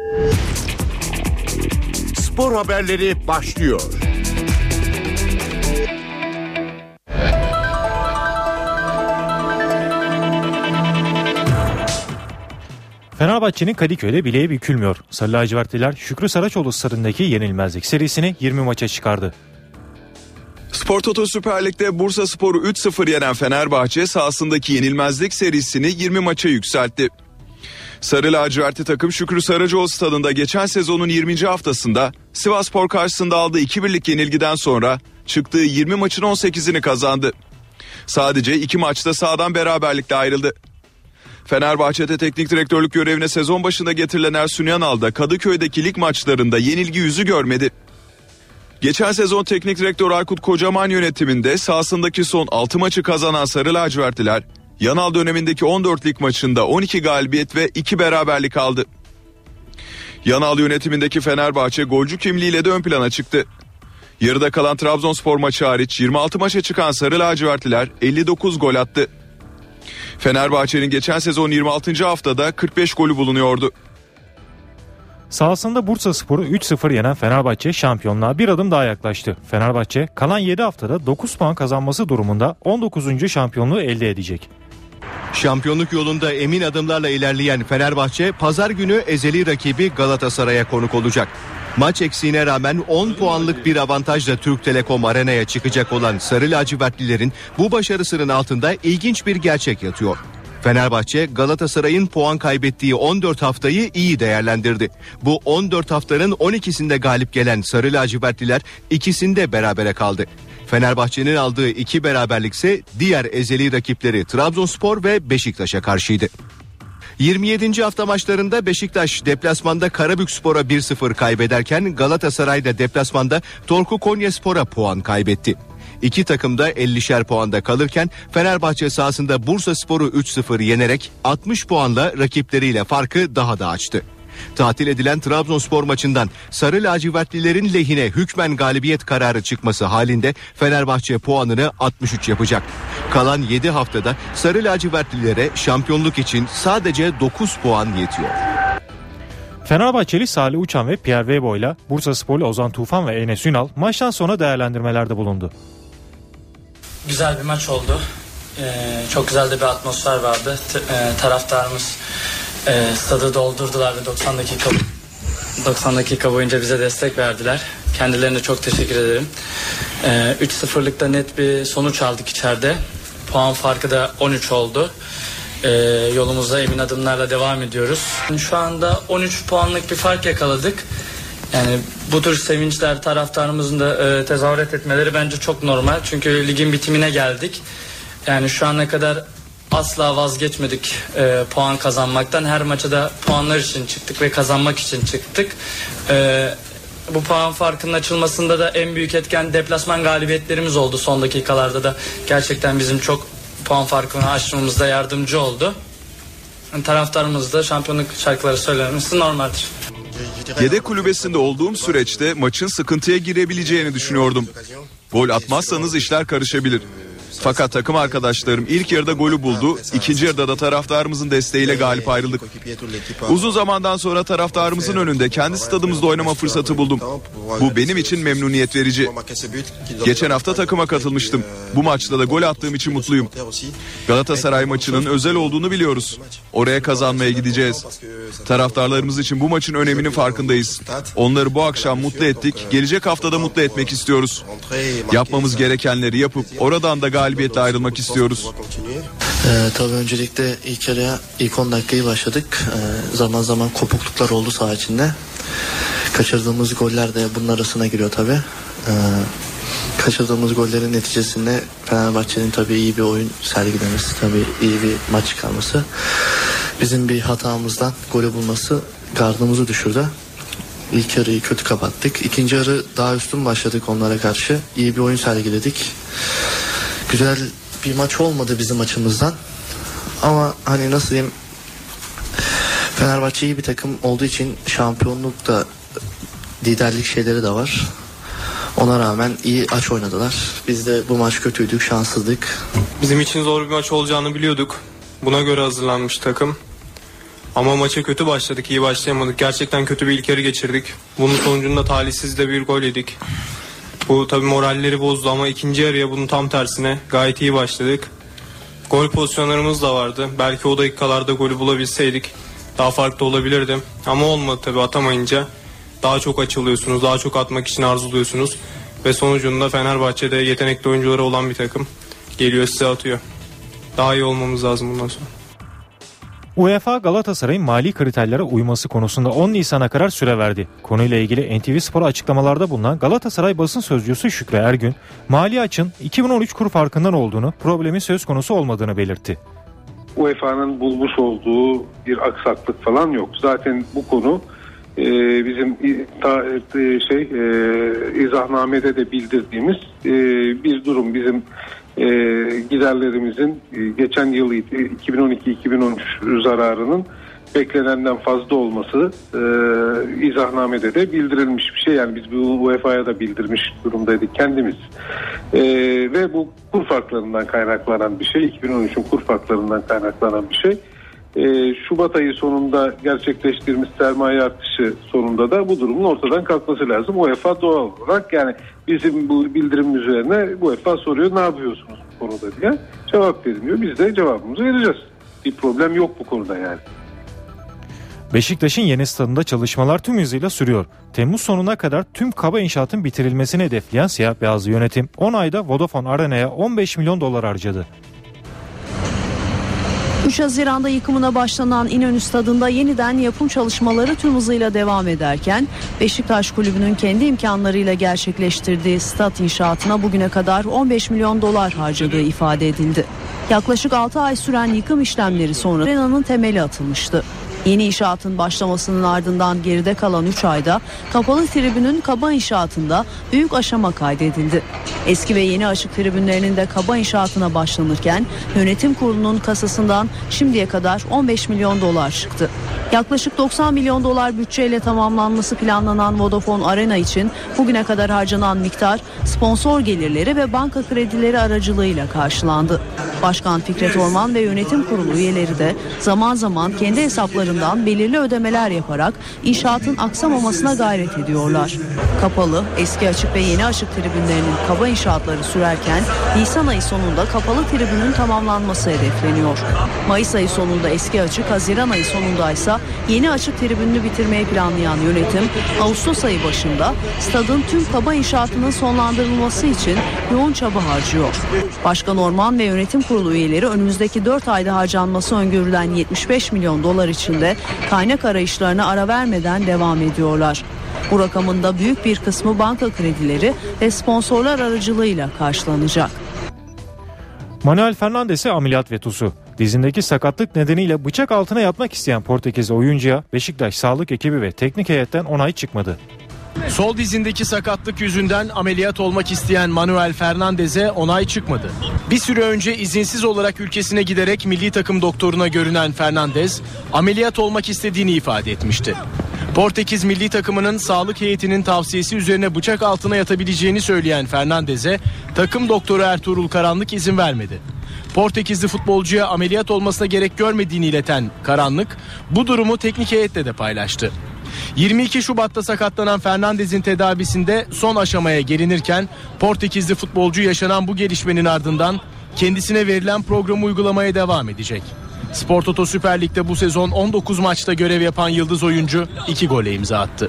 Speaker 14: Spor haberleri başlıyor.
Speaker 15: Fenerbahçe'nin Kadıköy'de bileği bükülmüyor. Sarı lacivertliler Şükrü Saraçoğlu stadındaki yenilmezlik serisini yirmi maça çıkardı.
Speaker 16: Spor Toto Süper Lig'de Bursaspor'u üç sıfır yenen Fenerbahçe sahasındaki yenilmezlik serisini yirmi maça yükseltti. Sarı lacivertli takım Şükrü Saracoğlu stadında geçen sezonun yirminci haftasında Sivasspor karşısında aldığı iki birlik yenilgiden sonra çıktığı yirmi maçın on sekizini kazandı. Sadece iki maçta sahadan beraberlikle ayrıldı. Fenerbahçe'de teknik direktörlük görevine sezon başında getirilen Ersun Yanal da Kadıköy'deki lig maçlarında yenilgi yüzü görmedi. Geçen sezon teknik direktör Aykut Kocaman yönetiminde sahasındaki son altı maçı kazanan Sarı lacivertliler, Yanal dönemindeki on dört lig maçında on iki galibiyet ve iki beraberlik aldı. Yanal yönetimindeki Fenerbahçe golcü kimliğiyle de ön plana çıktı. Yarıda kalan Trabzonspor maçı hariç yirmi altı maça çıkan Sarı lacivertliler elli dokuz gol attı. Fenerbahçe'nin geçen sezon yirmi altıncı haftada kırk beş golü bulunuyordu.
Speaker 15: Sahasında Bursaspor'u üç sıfır yenen Fenerbahçe şampiyonluğa bir adım daha yaklaştı. Fenerbahçe kalan yedi haftada dokuz puan kazanması durumunda on dokuzuncu şampiyonluğu elde edecek.
Speaker 17: Şampiyonluk yolunda emin adımlarla ilerleyen Fenerbahçe pazar günü ezeli rakibi Galatasaray'a konuk olacak. Maç eksiğine rağmen on puanlık bir avantajla Türk Telekom Arena'ya çıkacak olan Sarı lacivertlilerin bu başarısının altında ilginç bir gerçek yatıyor. Fenerbahçe Galatasaray'ın puan kaybettiği on dört haftayı iyi değerlendirdi. Bu on dört haftanın on ikisinde galip gelen Sarı Lacivertliler ikisinde berabere kaldı. Fenerbahçe'nin aldığı iki beraberlik ise diğer ezeli rakipleri Trabzonspor ve Beşiktaş'a karşıydı. yirmi yedinci hafta maçlarında Beşiktaş deplasmanda Karabükspor'a bir sıfır kaybederken Galatasaray da deplasmanda Torku Konyaspor'a puan kaybetti. İki takım da ellişer puanda kalırken Fenerbahçe sahasında Bursaspor'u üç sıfır yenerek altmış puanla rakipleriyle farkı daha da açtı. Tatil edilen Trabzonspor maçından Sarı Lacivertlilerin lehine hükmen galibiyet kararı çıkması halinde Fenerbahçe puanını altmış üç yapacak. Kalan yedi haftada Sarı Lacivertlilere şampiyonluk için sadece dokuz puan yetiyor.
Speaker 15: Fenerbahçeli Salih Uçan ve Pierre Webo ile Bursasporlu Ozan Tufan ve Enes Ünal maçtan sonra değerlendirmelerde bulundu.
Speaker 18: Güzel bir maç oldu. Ee, çok güzel de bir atmosfer vardı. T- e, taraftarımız e, stadı doldurdular ve doksan dakika doksan dakika boyunca bize destek verdiler. Kendilerine çok teşekkür ederim. Ee, üç sıfırlıkta net bir sonuç aldık içeride. Puan farkı da on üç oldu. Ee, yolumuza emin adımlarla devam ediyoruz. Şu anda on üç puanlık bir fark yakaladık. Yani bu tür sevinçler taraftarımızın da e, tezahürat etmeleri bence çok normal. Çünkü ligin bitimine geldik. Yani şu ana kadar asla vazgeçmedik e, puan kazanmaktan. Her maça da puanlar için çıktık ve kazanmak için çıktık. E, bu puan farkının açılmasında da en büyük etken deplasman galibiyetlerimiz oldu. Son dakikalarda da gerçekten bizim çok puan farkını aşmamızda yardımcı oldu. Yani taraftarımız da şampiyonluk şarkıları söylemesi normaldir.
Speaker 16: Yedek kulübesinde olduğum süreçte maçın sıkıntıya girebileceğini düşünüyordum. Gol atmazsanız işler karışabilir. Fakat takım arkadaşlarım ilk yarıda golü buldu, ikinci yarıda da taraftarımızın desteğiyle galip ayrıldık. Uzun zamandan sonra taraftarımızın önünde kendi stadımızda oynama fırsatı buldum. Bu benim için memnuniyet verici. Geçen hafta takıma katılmıştım. Bu maçta da gol attığım için mutluyum. Galatasaray maçının özel olduğunu biliyoruz. Oraya kazanmaya gideceğiz. Taraftarlarımız için bu maçın öneminin farkındayız. Onları bu akşam mutlu ettik, gelecek haftada mutlu etmek istiyoruz. Yapmamız gerekenleri yapıp oradan da galibiyetle ayrılmak istiyoruz.
Speaker 19: Ee, tabii öncelikle ilk yarıya ilk on dakikayı başladık. Ee, zaman zaman kopukluklar oldu saha içinde. Kaçırdığımız goller de bunun arasına giriyor tabii. Ee, kaçırdığımız gollerin neticesinde Fenerbahçe'nin tabii iyi bir oyun sergilemesi, tabii iyi bir maç çıkarması, bizim bir hatamızdan golü bulması gardımızı düşürdü. İlk yarıyı kötü kapattık. İkinci yarı daha üstün başladık onlara karşı. İyi bir oyun sergiledik. Güzel bir maç olmadı bizim açımızdan. Ama hani nasıl diyeyim, Fenerbahçe iyi bir takım olduğu için şampiyonlukta liderlik şeyleri de var. Ona rağmen iyi aç oynadılar. Biz de bu maç kötüydük, şanssızdık.
Speaker 20: Bizim için zor bir maç olacağını biliyorduk. Buna göre hazırlanmış takım. Ama maça kötü başladık, iyi başlayamadık. Gerçekten kötü bir ilk yarı geçirdik. Bunun sonucunda talihsiz de bir gol yedik. Bu tabii moralleri bozdu ama ikinci yarıya bunun tam tersine gayet iyi başladık. Gol pozisyonlarımız da vardı. Belki o dakikalarda golü bulabilseydik daha farklı olabilirdi. Ama olmadı tabii, atamayınca daha çok açılıyorsunuz, daha çok atmak için arzuluyorsunuz. Ve sonucunda Fenerbahçe'de yetenekli oyuncuları olan bir takım geliyor size atıyor. Daha iyi olmamız lazım bundan sonra.
Speaker 15: UEFA Galatasaray'ın mali kriterlere uyması konusunda on Nisan'a kadar süre verdi. Konuyla ilgili N T V Spor'a açıklamalarda bulunan Galatasaray basın sözcüsü Şükrü Ergün, mali açın iki bin on üç kur farkından olduğunu, problemin söz konusu olmadığını belirtti.
Speaker 21: U E F A'nın bulmuş olduğu bir aksaklık falan yok. Zaten bu konu e, bizim ta, e, şey e, izahnamede de bildirdiğimiz e, bir durum. Bizim e, giderlerimizin e, geçen yıl iki bin on iki iki bin on üç zararının beklenenden fazla olması e, izahnamede de bildirilmiş bir şey. Yani biz bu U E F A'ya da bildirmiş durumdaydık kendimiz. E, ve bu kur farklarından kaynaklanan bir şey. iki bin on üçün kur farklarından kaynaklanan bir şey. E, Şubat ayı sonunda gerçekleştirmiş sermaye artışı sonunda da bu durumun ortadan kalkması lazım. U E F A doğal olarak, yani bizim bu bildirim üzerine U E F A soruyor, ne yapıyorsunuz bu konuda diye cevap vermiyor. Biz de cevabımızı vereceğiz. Bir problem yok bu konuda yani.
Speaker 15: Beşiktaş'ın yeni stadında çalışmalar tüm hızıyla sürüyor. Temmuz sonuna kadar tüm kaba inşaatın bitirilmesini hedefleyen siyah beyazlı yönetim on ayda Vodafone Arena'ya on beş milyon dolar harcadı.
Speaker 4: üç Haziran'da yıkımına başlanan İnönü Stadı'nda yeniden yapım çalışmaları tüm hızıyla devam ederken Beşiktaş Kulübü'nün kendi imkanlarıyla gerçekleştirdiği stat inşaatına bugüne kadar on beş milyon dolar harcadığı ifade edildi. Yaklaşık altı ay süren yıkım işlemleri sonra arenanın temeli atılmıştı. Yeni inşaatın başlamasının ardından geride kalan üç ayda kapalı tribünün kaba inşaatında büyük aşama kaydedildi. Eski ve yeni açık tribünlerinin de kaba inşaatına başlanırken yönetim kurulunun kasasından şimdiye kadar on beş milyon dolar çıktı. Yaklaşık doksan milyon dolar bütçeyle tamamlanması planlanan Vodafone Arena için bugüne kadar harcanan miktar sponsor gelirleri ve banka kredileri aracılığıyla karşılandı. Başkan Fikret Orman ve yönetim kurulu üyeleri de zaman zaman kendi hesaplarından belirli ödemeler yaparak inşaatın aksamamasına gayret ediyorlar. Kapalı, eski açık ve yeni açık tribünlerinin kaba inşaatları sürerken Nisan ayı sonunda kapalı tribünün tamamlanması hedefleniyor. Mayıs ayı sonunda eski açık, Haziran ayı sonunda ise yeni açık tribününü bitirmeyi planlayan yönetim Ağustos ayı başında stadın tüm kaba inşaatının sonlandırılması için yoğun çaba harcıyor. Başkan Orman ve yönetim kurulu üyeleri önümüzdeki dört ayda harcanması öngörülen yetmiş beş milyon dolar içinde kaynak arayışlarına ara vermeden devam ediyorlar. Bu rakamın da büyük bir kısmı banka kredileri ve sponsorlar aracılığıyla karşılanacak.
Speaker 15: Manuel Fernandes'e ameliyat vetusu. Dizindeki sakatlık nedeniyle bıçak altına yatmak isteyen Portekizli oyuncuya Beşiktaş sağlık ekibi ve teknik heyetten onay çıkmadı.
Speaker 22: Sol dizindeki sakatlık yüzünden ameliyat olmak isteyen Manuel Fernandes'e onay çıkmadı. Bir süre önce izinsiz olarak ülkesine giderek milli takım doktoruna görünen Fernandes, ameliyat olmak istediğini ifade etmişti. Portekiz milli takımının sağlık heyetinin tavsiyesi üzerine bıçak altına yatabileceğini söyleyen Fernandes'e takım doktoru Ertuğrul Karanlık izin vermedi. Portekizli futbolcuya ameliyat olmasına gerek görmediğini ileten Karanlık, bu durumu teknik heyetle de paylaştı. yirmi iki Şubat'ta sakatlanan Fernandes'in tedavisinde son aşamaya gelinirken Portekizli futbolcu yaşanan bu gelişmenin ardından kendisine verilen programı uygulamaya devam edecek. Spor Toto Süper Lig'de bu sezon on dokuz maçta görev yapan yıldız oyuncu iki gole imza attı.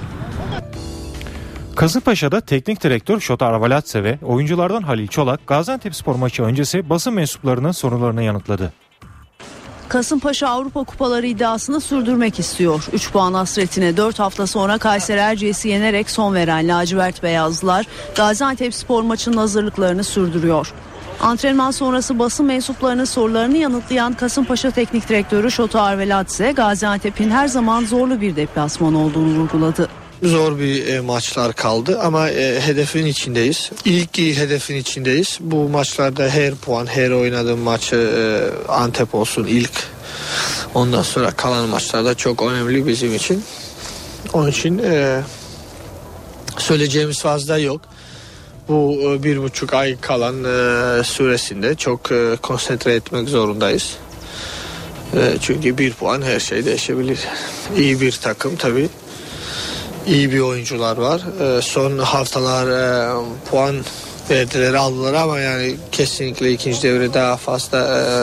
Speaker 15: Kasımpaşa'da teknik direktör Şota Arveladze ve oyunculardan Halil Çolak Gaziantepspor maçı öncesi basın mensuplarının sorularını yanıtladı.
Speaker 4: Kasımpaşa Avrupa Kupaları iddiasını sürdürmek istiyor. üç puan hasretine dört hafta sonra Kayseri Erciyes'i yenerek son veren lacivert beyazlılar Gaziantepspor maçının hazırlıklarını sürdürüyor. Antrenman sonrası basın mensuplarının sorularını yanıtlayan Kasımpaşa Teknik Direktörü Şota Arveladze, Gaziantep'in her zaman zorlu bir deplasman olduğunu vurguladı.
Speaker 23: Zor bir e, maçlar kaldı ama e, hedefin içindeyiz. İlk iyi hedefin içindeyiz. Bu maçlarda her puan, her oynadığım maçı e, Antep olsun ilk. Ondan sonra kalan maçlarda çok önemli bizim için. Onun için e, söyleyeceğimiz fazla yok. Bu e, bir buçuk ay kalan e, süresinde çok e, konsantre etmek zorundayız. E, çünkü bir puan her şey değişebilir. İyi bir takım tabii. İyi bir oyuncular var. Ee, son haftalar e, puan verdiler, aldılar ama yani kesinlikle ikinci devre daha fazla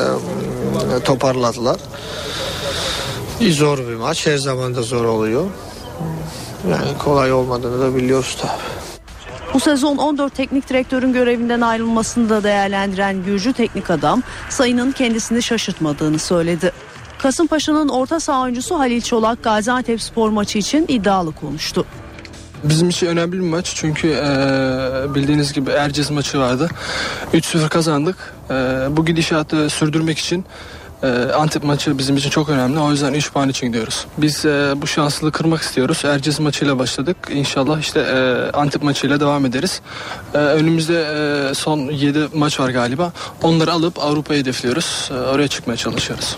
Speaker 23: e, toparladılar. Zor bir maç. Her zaman da zor oluyor. Yani kolay olmadığını da biliyoruz tabii.
Speaker 4: Bu sezon on dört teknik direktörün görevinden ayrılmasını da değerlendiren Gürcü teknik adam sayının kendisini şaşırtmadığını söyledi. Kasımpaşa'nın orta saha oyuncusu Halil Çolak Gaziantepspor maçı için iddialı konuştu.
Speaker 24: Bizim için önemli bir maç çünkü e, bildiğiniz gibi Erciyes maçı vardı. üç sıfır kazandık. E, bu gidişatı sürdürmek için e, Antep maçı bizim için çok önemli. O yüzden üç puan için gidiyoruz. Biz e, bu şanslılığı kırmak istiyoruz. Erciyes maçıyla başladık. İnşallah işte e, Antep maçıyla devam ederiz. E, önümüzde e, son yedi maç var galiba. Onları alıp Avrupa'yı hedefliyoruz. E, oraya çıkmaya çalışıyoruz.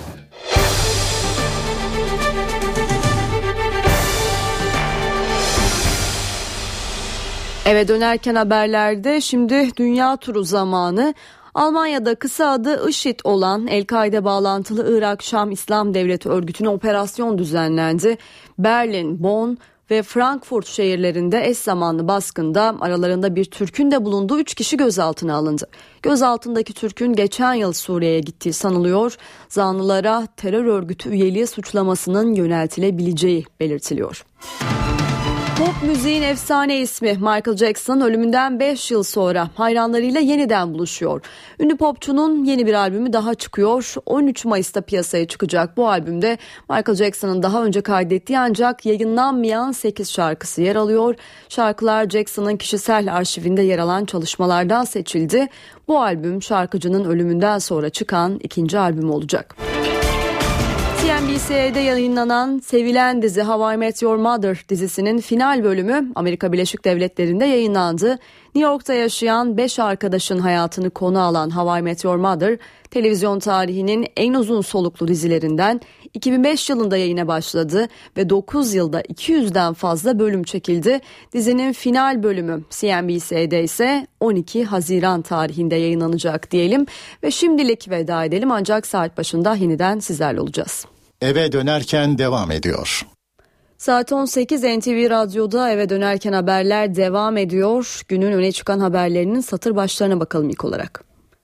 Speaker 2: Eve dönerken haberlerde şimdi dünya turu zamanı. Almanya'da kısa adı IŞİD olan El-Kaide bağlantılı Irak-Şam İslam Devleti örgütüne operasyon düzenlendi. Berlin, Bonn ve Frankfurt şehirlerinde eş zamanlı baskında aralarında bir Türk'ün de bulunduğu üç kişi gözaltına alındı. Gözaltındaki Türk'ün geçen yıl Suriye'ye gittiği sanılıyor. Zanlılara terör örgütü üyeliği suçlamasının yöneltilebileceği belirtiliyor. Pop müziğin efsane ismi Michael Jackson ölümünden beş yıl sonra hayranlarıyla yeniden buluşuyor. Ünlü popçunun yeni bir albümü daha çıkıyor. on üç Mayıs'ta piyasaya çıkacak bu albümde Michael Jackson'ın daha önce kaydettiği ancak yayınlanmayan sekiz şarkısı yer alıyor. Şarkılar Jackson'ın kişisel arşivinde yer alan çalışmalardan seçildi. Bu albüm şarkıcının ölümünden sonra çıkan ikinci albüm olacak. C N B C'de yayınlanan sevilen dizi How I Met Your Mother dizisinin final bölümü Amerika Birleşik Devletleri'nde yayınlandı. New York'ta yaşayan beş arkadaşın hayatını konu alan How I Met Your Mother, televizyon tarihinin en uzun soluklu dizilerinden. iki bin beş yılında yayına başladı ve dokuz yılda iki yüzden fazla bölüm çekildi. Dizinin final bölümü C N B C'de ise on iki Haziran tarihinde yayınlanacak diyelim ve şimdilik veda edelim ancak saat başında yeniden sizlerle olacağız.
Speaker 13: Eve dönerken devam ediyor.
Speaker 2: Saat on sekiz N T V Radyo'da eve dönerken haberler devam ediyor. Günün öne çıkan haberlerinin satır başlarına bakalım ilk olarak.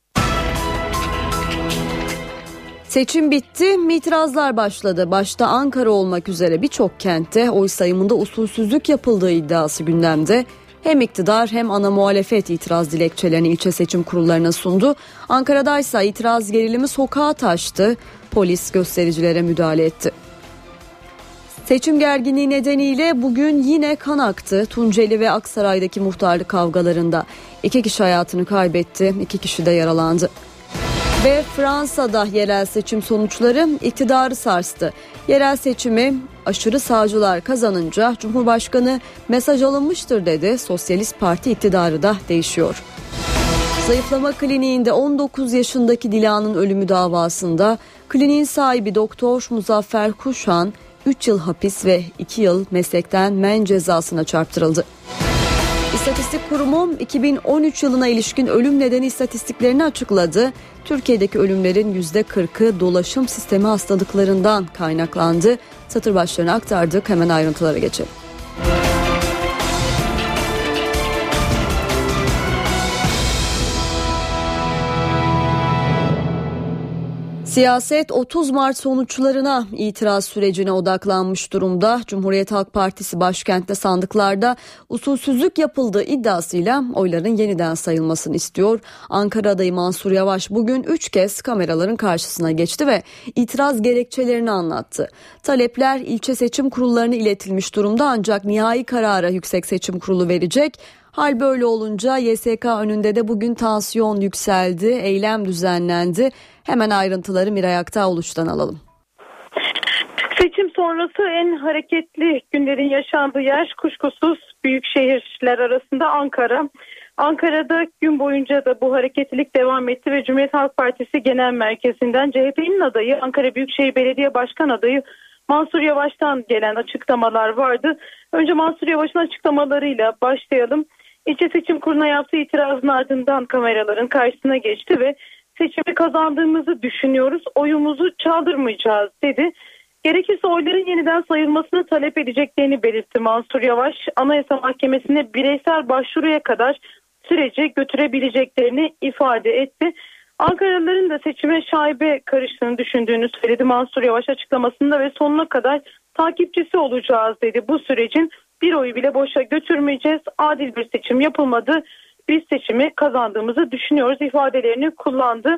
Speaker 2: Seçim bitti, itirazlar başladı. Başta Ankara olmak üzere birçok kentte oy sayımında usulsüzlük yapıldığı iddiası gündemde. Hem iktidar hem ana muhalefet itiraz dilekçelerini ilçe seçim kurullarına sundu. Ankara'daysa itiraz gerilimi sokağa taştı. Polis göstericilere müdahale etti. Seçim gerginliği nedeniyle bugün yine kan aktı. Tunceli ve Aksaray'daki muhtarlık kavgalarında iki kişi hayatını kaybetti, iki kişi de yaralandı. Ve Fransa'da yerel seçim sonuçları iktidarı sarstı. Yerel seçimi aşırı sağcılar kazanınca Cumhurbaşkanı mesaj alınmıştır dedi. Sosyalist Parti iktidarı da değişiyor. Zayıflama kliniğinde on dokuz yaşındaki Dila'nın ölümü davasında kliniğin sahibi Doktor Muzaffer Kuşan üç yıl hapis ve iki yıl meslekten men cezasına çarptırıldı. İstatistik Kurumu iki bin on üç yılına ilişkin ölüm nedeni istatistiklerini açıkladı. Türkiye'deki ölümlerin yüzde kırkı dolaşım sistemi hastalıklarından kaynaklandı. Satır başlarını aktardık, hemen ayrıntılara geçelim. Siyaset otuz Mart sonuçlarına, itiraz sürecine odaklanmış durumda. Cumhuriyet Halk Partisi başkentte sandıklarda usulsüzlük yapıldığı iddiasıyla oyların yeniden sayılmasını istiyor. Ankara adayı Mansur Yavaş bugün üç kez kameraların karşısına geçti ve itiraz gerekçelerini anlattı. Talepler ilçe seçim kurullarına iletilmiş durumda ancak nihai kararı Yüksek Seçim Kurulu verecek. Hal böyle olunca Y S K önünde de bugün tansiyon yükseldi, eylem düzenlendi. Hemen ayrıntıları Miray Aktağoluş'tan alalım.
Speaker 1: Seçim sonrası en hareketli günlerin yaşandığı yer kuşkusuz büyük şehirler arasında Ankara. Ankara'da gün boyunca da bu hareketlilik devam etti ve Cumhuriyet Halk Partisi Genel Merkezi'nden C H P'nin adayı Ankara Büyükşehir Belediye Başkan adayı Mansur Yavaş'tan gelen açıklamalar vardı. Önce Mansur Yavaş'ın açıklamalarıyla başlayalım. İlçe seçim kuruluna yaptığı itirazın ardından kameraların karşısına geçti ve seçimi kazandığımızı düşünüyoruz, oyumuzu çaldırmayacağız dedi. Gerekirse oyların yeniden sayılmasını talep edeceklerini belirtti Mansur Yavaş. Anayasa Mahkemesi'ne bireysel başvuruya kadar süreci götürebileceklerini ifade etti. Ankaralıların da seçime şaibe karıştığını düşündüğünü söyledi Mansur Yavaş açıklamasında ve sonuna kadar takipçisi olacağız dedi. Bu sürecin bir oyu bile boşa götürmeyeceğiz. Adil bir seçim yapılmadı. Biz seçimi kazandığımızı düşünüyoruz ifadelerini kullandı.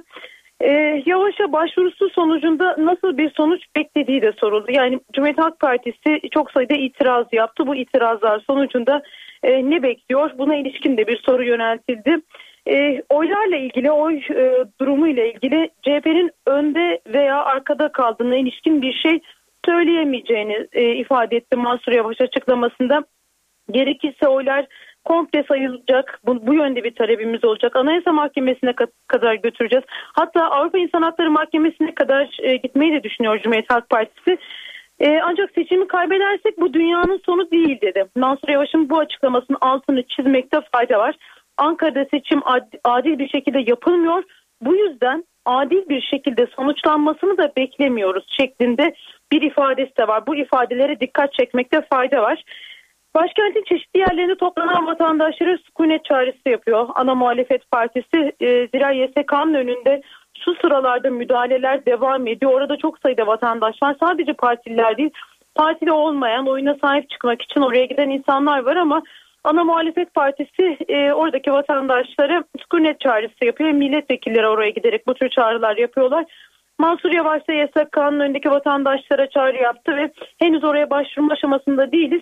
Speaker 1: Ee, Yavaş'a başvurusu sonucunda nasıl bir sonuç beklediği de soruldu. Yani Cumhuriyet Halk Partisi çok sayıda itiraz yaptı. Bu itirazlar sonucunda e, ne bekliyor? Buna ilişkin de bir soru yöneltildi. E, oylarla ilgili, oy e, durumu ile ilgili C H P'nin önde veya arkada kaldığına ilişkin bir şey söyleyemeyeceğini e, ifade etti Mansur Yavaş açıklamasında. Gerekirse oylar komple sayılacak. Bu, bu yönde bir talebimiz olacak. Anayasa Mahkemesi'ne kadar götüreceğiz. Hatta Avrupa İnsan Hakları Mahkemesi'ne kadar e, gitmeyi de düşünüyor Cumhuriyet Halk Partisi. E, ancak seçimi kaybedersek bu dünyanın sonu değil dedi. Mansur Yavaş'ın bu açıklamasının altını çizmekte fayda var. Ankara'da seçim ad, adil bir şekilde yapılmıyor. Bu yüzden adil bir şekilde sonuçlanmasını da beklemiyoruz şeklinde bir ifadesi de var. Bu ifadelere dikkat çekmekte fayda var. Başkentin çeşitli yerlerinde toplanan vatandaşlara sükunet çağrısı yapıyor. Ana Muhalefet Partisi e, zira Y S K'nın önünde şu sıralarda müdahaleler devam ediyor. Orada çok sayıda vatandaş var. Sadece partililer değil, partili olmayan, oyuna sahip çıkmak için oraya giden insanlar var ama ana muhalefet partisi e, oradaki vatandaşlara sükunet çağrısı yapıyor. Milletvekilleri oraya giderek bu tür çağrılar yapıyorlar. Mansur Yavaş da Y S K'nın önündeki vatandaşlara çağrı yaptı ve henüz oraya başvurma aşamasında değiliz.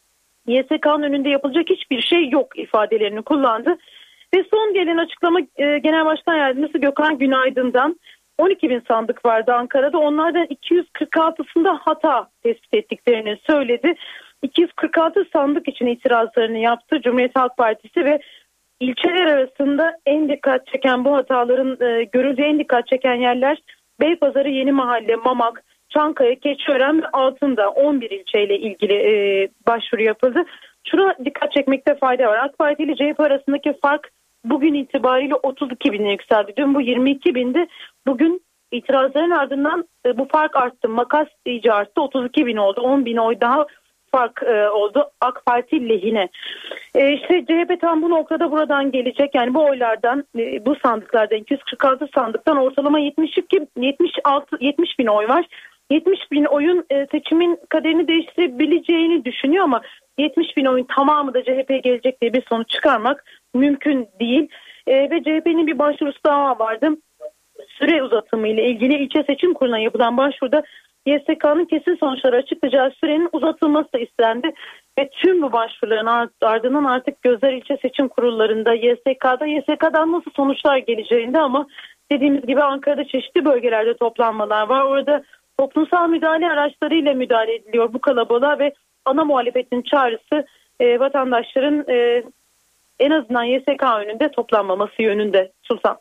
Speaker 1: Y S K'nın önünde yapılacak hiçbir şey yok ifadelerini kullandı. Ve son gelen açıklama e, Genel Başkan Yardımcısı Gökhan Günaydın'dan on iki bin sandık vardı Ankara'da. Onlardan iki yüz kırk altısında hata tespit ettiklerini söyledi. iki yüz kırk altı sandık için itirazlarını yaptı Cumhuriyet Halk Partisi ve ilçeler arasında en dikkat çeken bu hataların e, görüldüğü en dikkat çeken yerler Beypazarı, Yenimahalle, Mamak, Çankaya, Keçiören ve Altındağ on bir ilçeyle ilgili e, başvuru yapıldı. Şuna dikkat çekmekte fayda var. AK Parti ile C H P arasındaki fark bugün itibariyle otuz iki bine yükseldi. Dün bu yirmi iki bindi. Bugün itirazların ardından e, bu fark arttı. Makas iyice arttı. otuz iki bin oldu. on bin oy daha fark e, oldu AK Parti lehine. E, işte C H P tam bu noktada buradan gelecek. Yani bu oylardan, e, bu sandıklardan iki yüz kırk altı sandıktan ortalama yetmiş iki, yetmiş altı, yetmiş bin oy var. yetmiş bin oyun e, seçimin kaderini değiştirebileceğini düşünüyor ama yetmiş bin oyun tamamı da C H P'ye gelecek diye bir sonuç çıkarmak mümkün değil. E, ve C H P'nin bir başvurusu daha vardı. Süre uzatımı ile ilgili ilçe seçim kuruluna yapılan başvuruda Y S K'nın kesin sonuçları açıklayacağı sürenin uzatılması istendi. Ve tüm bu başvuruların ardından artık gözler ilçe seçim kurullarında, Y S K'da, Y S K'dan nasıl sonuçlar geleceğinde ama dediğimiz gibi Ankara'da çeşitli bölgelerde toplanmalar var. Orada toplumsal müdahale araçlarıyla müdahale ediliyor bu kalabalığa ve ana muhalefetin çağrısı e, vatandaşların e, en azından Y S K önünde toplanmaması yönünde. Sultan.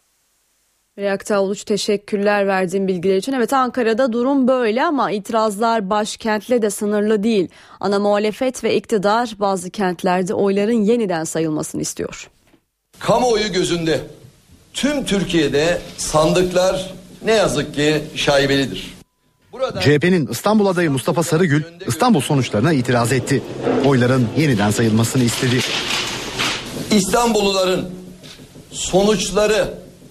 Speaker 2: Reakta Uluç, teşekkürler verdiğin bilgiler için. Evet, Ankara'da durum böyle ama itirazlar başkentle de sınırlı değil. Ana muhalefet ve iktidar bazı kentlerde oyların yeniden sayılmasını istiyor.
Speaker 5: Kamuoyu gözünde tüm Türkiye'de sandıklar ne yazık ki şaibelidir.
Speaker 6: C H P'nin İstanbul adayı Mustafa Sarıgül İstanbul sonuçlarına itiraz etti. Oyların yeniden sayılmasını istedi.
Speaker 5: İstanbulluların sonuçları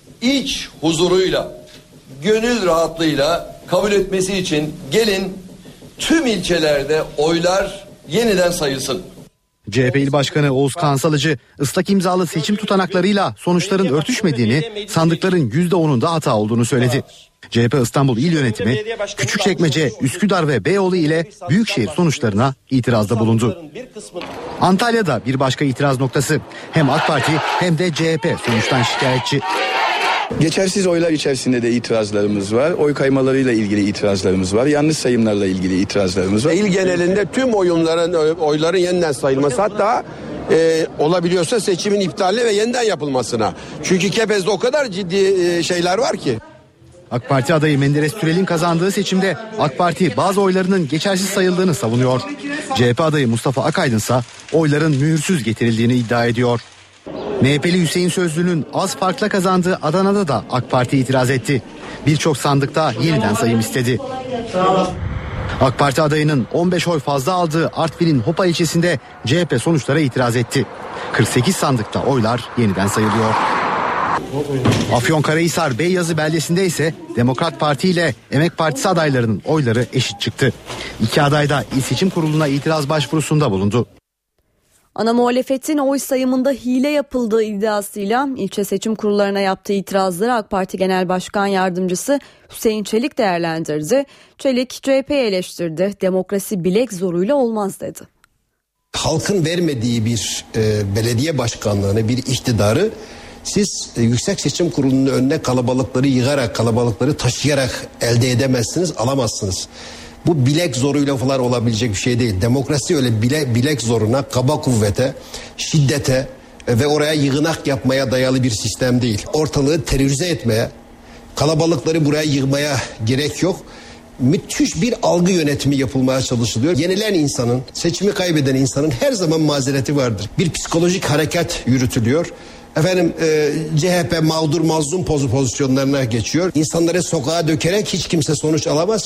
Speaker 5: iç huzuruyla, gönül rahatlığıyla kabul etmesi için gelin tüm ilçelerde oylar yeniden sayılsın.
Speaker 6: C H P İl Başkanı Oğuz Kansalıcı ıslak imzalı seçim tutanaklarıyla sonuçların örtüşmediğini, sandıkların yüzde onunda hata olduğunu söyledi. C H P İstanbul İl Yönetimi Küçükçekmece, Üsküdar ve Beyoğlu ile büyükşehir sonuçlarına itirazda bulundu. Antalya'da bir başka itiraz noktası. Hem AK Parti hem de C H P sonuçtan şikayetçi.
Speaker 8: Geçersiz oylar içerisinde de itirazlarımız var. Oy kaymalarıyla ilgili itirazlarımız var. Yanlış sayımlarla ilgili itirazlarımız var.
Speaker 9: İl genelinde tüm oyunların, oyların yeniden sayılması, hatta e, olabiliyorsa seçimin iptali ve yeniden yapılmasına. Çünkü Kepez'de o kadar ciddi e, şeyler var ki.
Speaker 6: AK Parti adayı Menderes Türel'in kazandığı seçimde AK Parti bazı oylarının geçersiz sayıldığını savunuyor. C H P adayı Mustafa Akaydın ise oyların mühürsüz getirildiğini iddia ediyor. M H P'li Hüseyin Sözlü'nün az farkla kazandığı Adana'da da AK Parti itiraz etti. Birçok sandıkta yeniden sayım istedi. AK Parti adayının on beş oy fazla aldığı Artvin'in Hopa ilçesinde C H P sonuçlara itiraz etti. kırk sekiz sandıkta oylar yeniden sayılıyor. Afyonkarahisar Beyyazı beldesinde ise Demokrat Parti ile Emek Partisi adaylarının oyları eşit çıktı. İki aday da İl Seçim Kurulu'na itiraz başvurusunda bulundu.
Speaker 2: Ana muhalefetin oy sayımında hile yapıldığı iddiasıyla ilçe seçim kurullarına yaptığı itirazları AK Parti Genel Başkan Yardımcısı Hüseyin Çelik değerlendirdi. Çelik C H P'yi eleştirdi. Demokrasi bilek zoruyla olmaz dedi.
Speaker 25: Halkın vermediği bir e, belediye başkanlığını, bir iktidarı siz e, Yüksek Seçim Kurulu'nun önüne kalabalıkları yığarak, kalabalıkları taşıyarak elde edemezsiniz, alamazsınız. Bu bilek zoruyla falan olabilecek bir şey değil. Demokrasi öyle bile, bilek zoruna, kaba kuvvete, şiddete ve oraya yığınak yapmaya dayalı bir sistem değil. Ortalığı terörize etmeye, kalabalıkları buraya yığmaya gerek yok. Müthiş bir algı yönetimi yapılmaya çalışılıyor. Yenilen insanın, seçimi kaybeden insanın her zaman mazereti vardır. Bir psikolojik hareket yürütülüyor. Efendim e, C H P mağdur mazlum pozu pozisyonlarına geçiyor. İnsanları sokağa dökerek hiç kimse sonuç alamaz.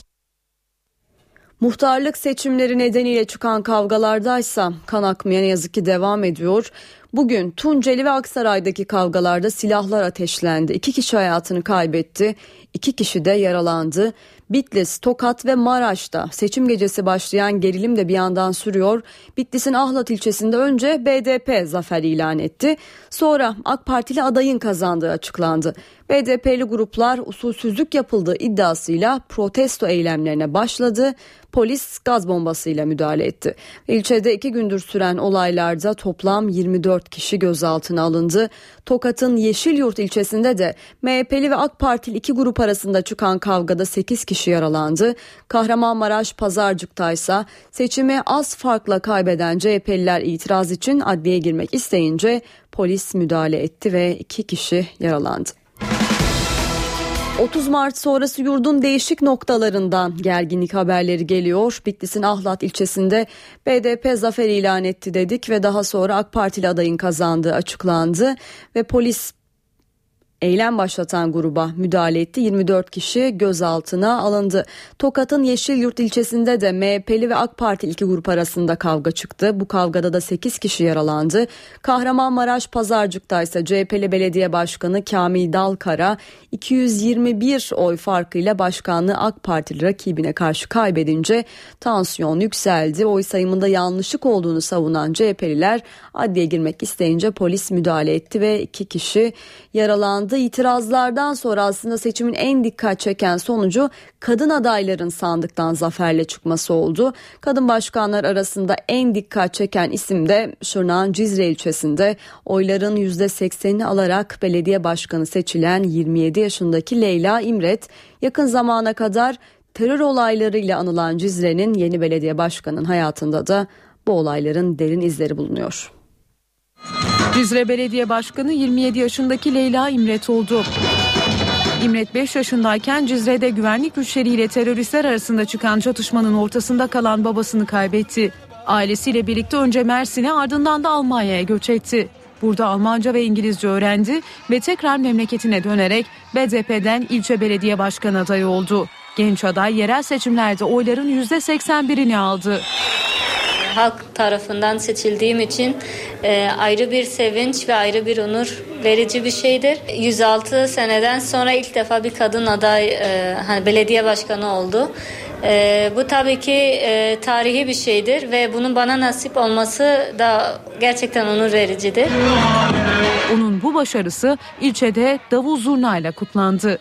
Speaker 2: Muhtarlık seçimleri nedeniyle çıkan kavgalardaysa kan akmaya ne yazık ki devam ediyor. Bugün Tunceli ve Aksaray'daki kavgalarda silahlar ateşlendi. İki kişi hayatını kaybetti, iki kişi de yaralandı. Bitlis, Tokat ve Maraş'ta seçim gecesi başlayan gerilim de bir yandan sürüyor. Bitlis'in Ahlat ilçesinde önce B D P zafer ilan etti. Sonra AK Partili adayın kazandığı açıklandı. B D P'li gruplar usulsüzlük yapıldığı iddiasıyla protesto eylemlerine başladı. Polis gaz bombasıyla müdahale etti. İlçede iki gündür süren olaylarda toplam yirmi dört kişi gözaltına alındı. Tokat'ın Yeşilyurt ilçesinde de M H P'li ve AK Partili iki grup arasında çıkan kavgada sekiz kişi yaralandı. Kahramanmaraş Pazarcık'ta ise seçimi az farkla kaybeden C H P'liler itiraz için adliyeye girmek isteyince polis müdahale etti ve iki kişi yaralandı. otuz Mart sonrası yurdun değişik noktalarından gerginlik haberleri geliyor. Bitlis'in Ahlat ilçesinde B D P zafer ilan etti dedik ve daha sonra AK Partili adayın kazandığı açıklandı ve polis eylem başlatan gruba müdahale etti. yirmi dört kişi gözaltına alındı. Tokat'ın Yeşilyurt ilçesinde de M H P'li ve AK Partili iki grup arasında kavga çıktı. Bu kavgada da sekiz kişi yaralandı. Kahramanmaraş Pazarcık'ta ise C H P'li belediye başkanı Kamil Dalkara iki yüz yirmi bir oy farkıyla başkanlığı AK Partili rakibine karşı kaybedince tansiyon yükseldi. Oy sayımında yanlışlık olduğunu savunan C H P'liler adliyeye girmek isteyince polis müdahale etti ve iki kişi yaralandı. İtirazlardan sonra aslında seçimin en dikkat çeken sonucu kadın adayların sandıktan zaferle çıkması oldu. Kadın başkanlar arasında en dikkat çeken isim de Şırnak'ın Cizre ilçesinde oyların yüzde seksenini alarak belediye başkanı seçilen yirmi yedi yaşındaki Leyla İmret. Yakın zamana kadar terör olaylarıyla anılan Cizre'nin yeni belediye başkanının hayatında da bu olayların derin izleri bulunuyor.
Speaker 3: Cizre Belediye Başkanı yirmi yedi yaşındaki Leyla İmret oldu. İmret beş yaşındayken Cizre'de güvenlik güçleriyle teröristler arasında çıkan çatışmanın ortasında kalan babasını kaybetti. Ailesiyle birlikte önce Mersin'e ardından da Almanya'ya göç etti. Burada Almanca ve İngilizce öğrendi ve tekrar memleketine dönerek B D P'den ilçe belediye başkanı adayı oldu. Genç aday yerel seçimlerde oyların yüzde seksen birini aldı.
Speaker 7: Halk tarafından seçildiğim için e, ayrı bir sevinç ve ayrı bir onur verici bir şeydir. yüz altı seneden sonra ilk defa bir kadın aday e, hani belediye başkanı oldu. E, bu tabii ki e, tarihi bir şeydir ve bunun bana nasip olması da gerçekten onur vericidir.
Speaker 3: Onun bu başarısı ilçede davul zurnayla kutlandı.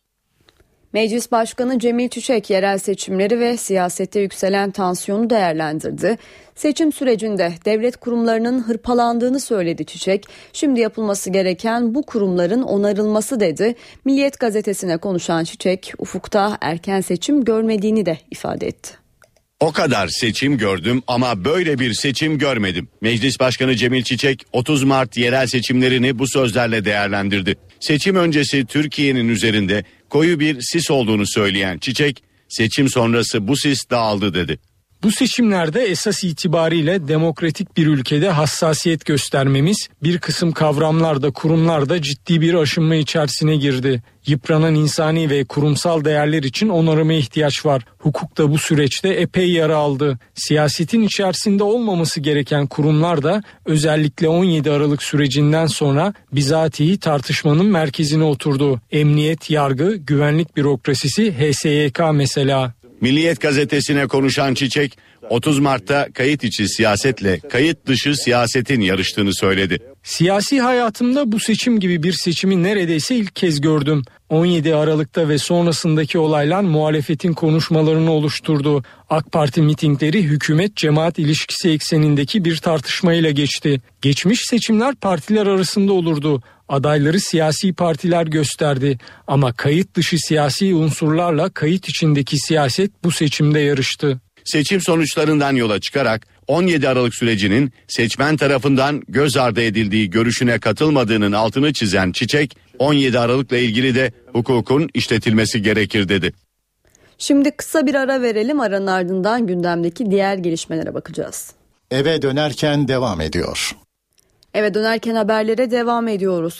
Speaker 2: Meclis Başkanı Cemil Çiçek yerel seçimleri ve siyasette yükselen tansiyonu değerlendirdi. Seçim sürecinde devlet kurumlarının hırpalandığını söyledi Çiçek. Şimdi yapılması gereken bu kurumların onarılması dedi. Milliyet gazetesine konuşan Çiçek, ufukta erken seçim görmediğini de ifade etti.
Speaker 10: O kadar seçim gördüm ama böyle bir seçim görmedim. Meclis Başkanı Cemil Çiçek otuz Mart yerel seçimlerini bu sözlerle değerlendirdi. Seçim öncesi Türkiye'nin üzerinde koyu bir sis olduğunu söyleyen Çiçek, seçim sonrası bu sis dağıldı dedi.
Speaker 11: Bu seçimlerde esas itibariyle demokratik bir ülkede hassasiyet göstermemiz, bir kısım kavramlarda, kurumlarda ciddi bir aşınma içerisine girdi. Yıpranan insani ve kurumsal değerler için onarıma ihtiyaç var. Hukuk da bu süreçte epey yara aldı. Siyasetin içerisinde olmaması gereken kurumlar da özellikle on yedi Aralık sürecinden sonra bizatihi tartışmanın merkezine oturdu. Emniyet, yargı, güvenlik bürokrasisi, H S Y K mesela.
Speaker 10: Milliyet gazetesine konuşan Çiçek, otuz Mart'ta kayıt içi siyasetle kayıt dışı siyasetin yarıştığını söyledi.
Speaker 11: Siyasi hayatımda bu seçim gibi bir seçimi neredeyse ilk kez gördüm. on yedi Aralık'ta ve sonrasındaki olaylar muhalefetin konuşmalarını oluşturdu. AK Parti mitingleri hükümet-cemaat ilişkisi eksenindeki bir tartışmayla geçti. Geçmiş seçimler partiler arasında olurdu. Adayları siyasi partiler gösterdi ama kayıt dışı siyasi unsurlarla kayıt içindeki siyaset bu seçimde yarıştı.
Speaker 10: Seçim sonuçlarından yola çıkarak on yedi Aralık sürecinin seçmen tarafından göz ardı edildiği görüşüne katılmadığının altını çizen Çiçek, on yedi Aralık'la ilgili de hukukun işletilmesi gerekir dedi.
Speaker 2: Şimdi kısa bir ara verelim, aranın ardından gündemdeki diğer gelişmelere bakacağız.
Speaker 13: Eve dönerken devam ediyor.
Speaker 2: Eve dönerken haberlere devam ediyoruz.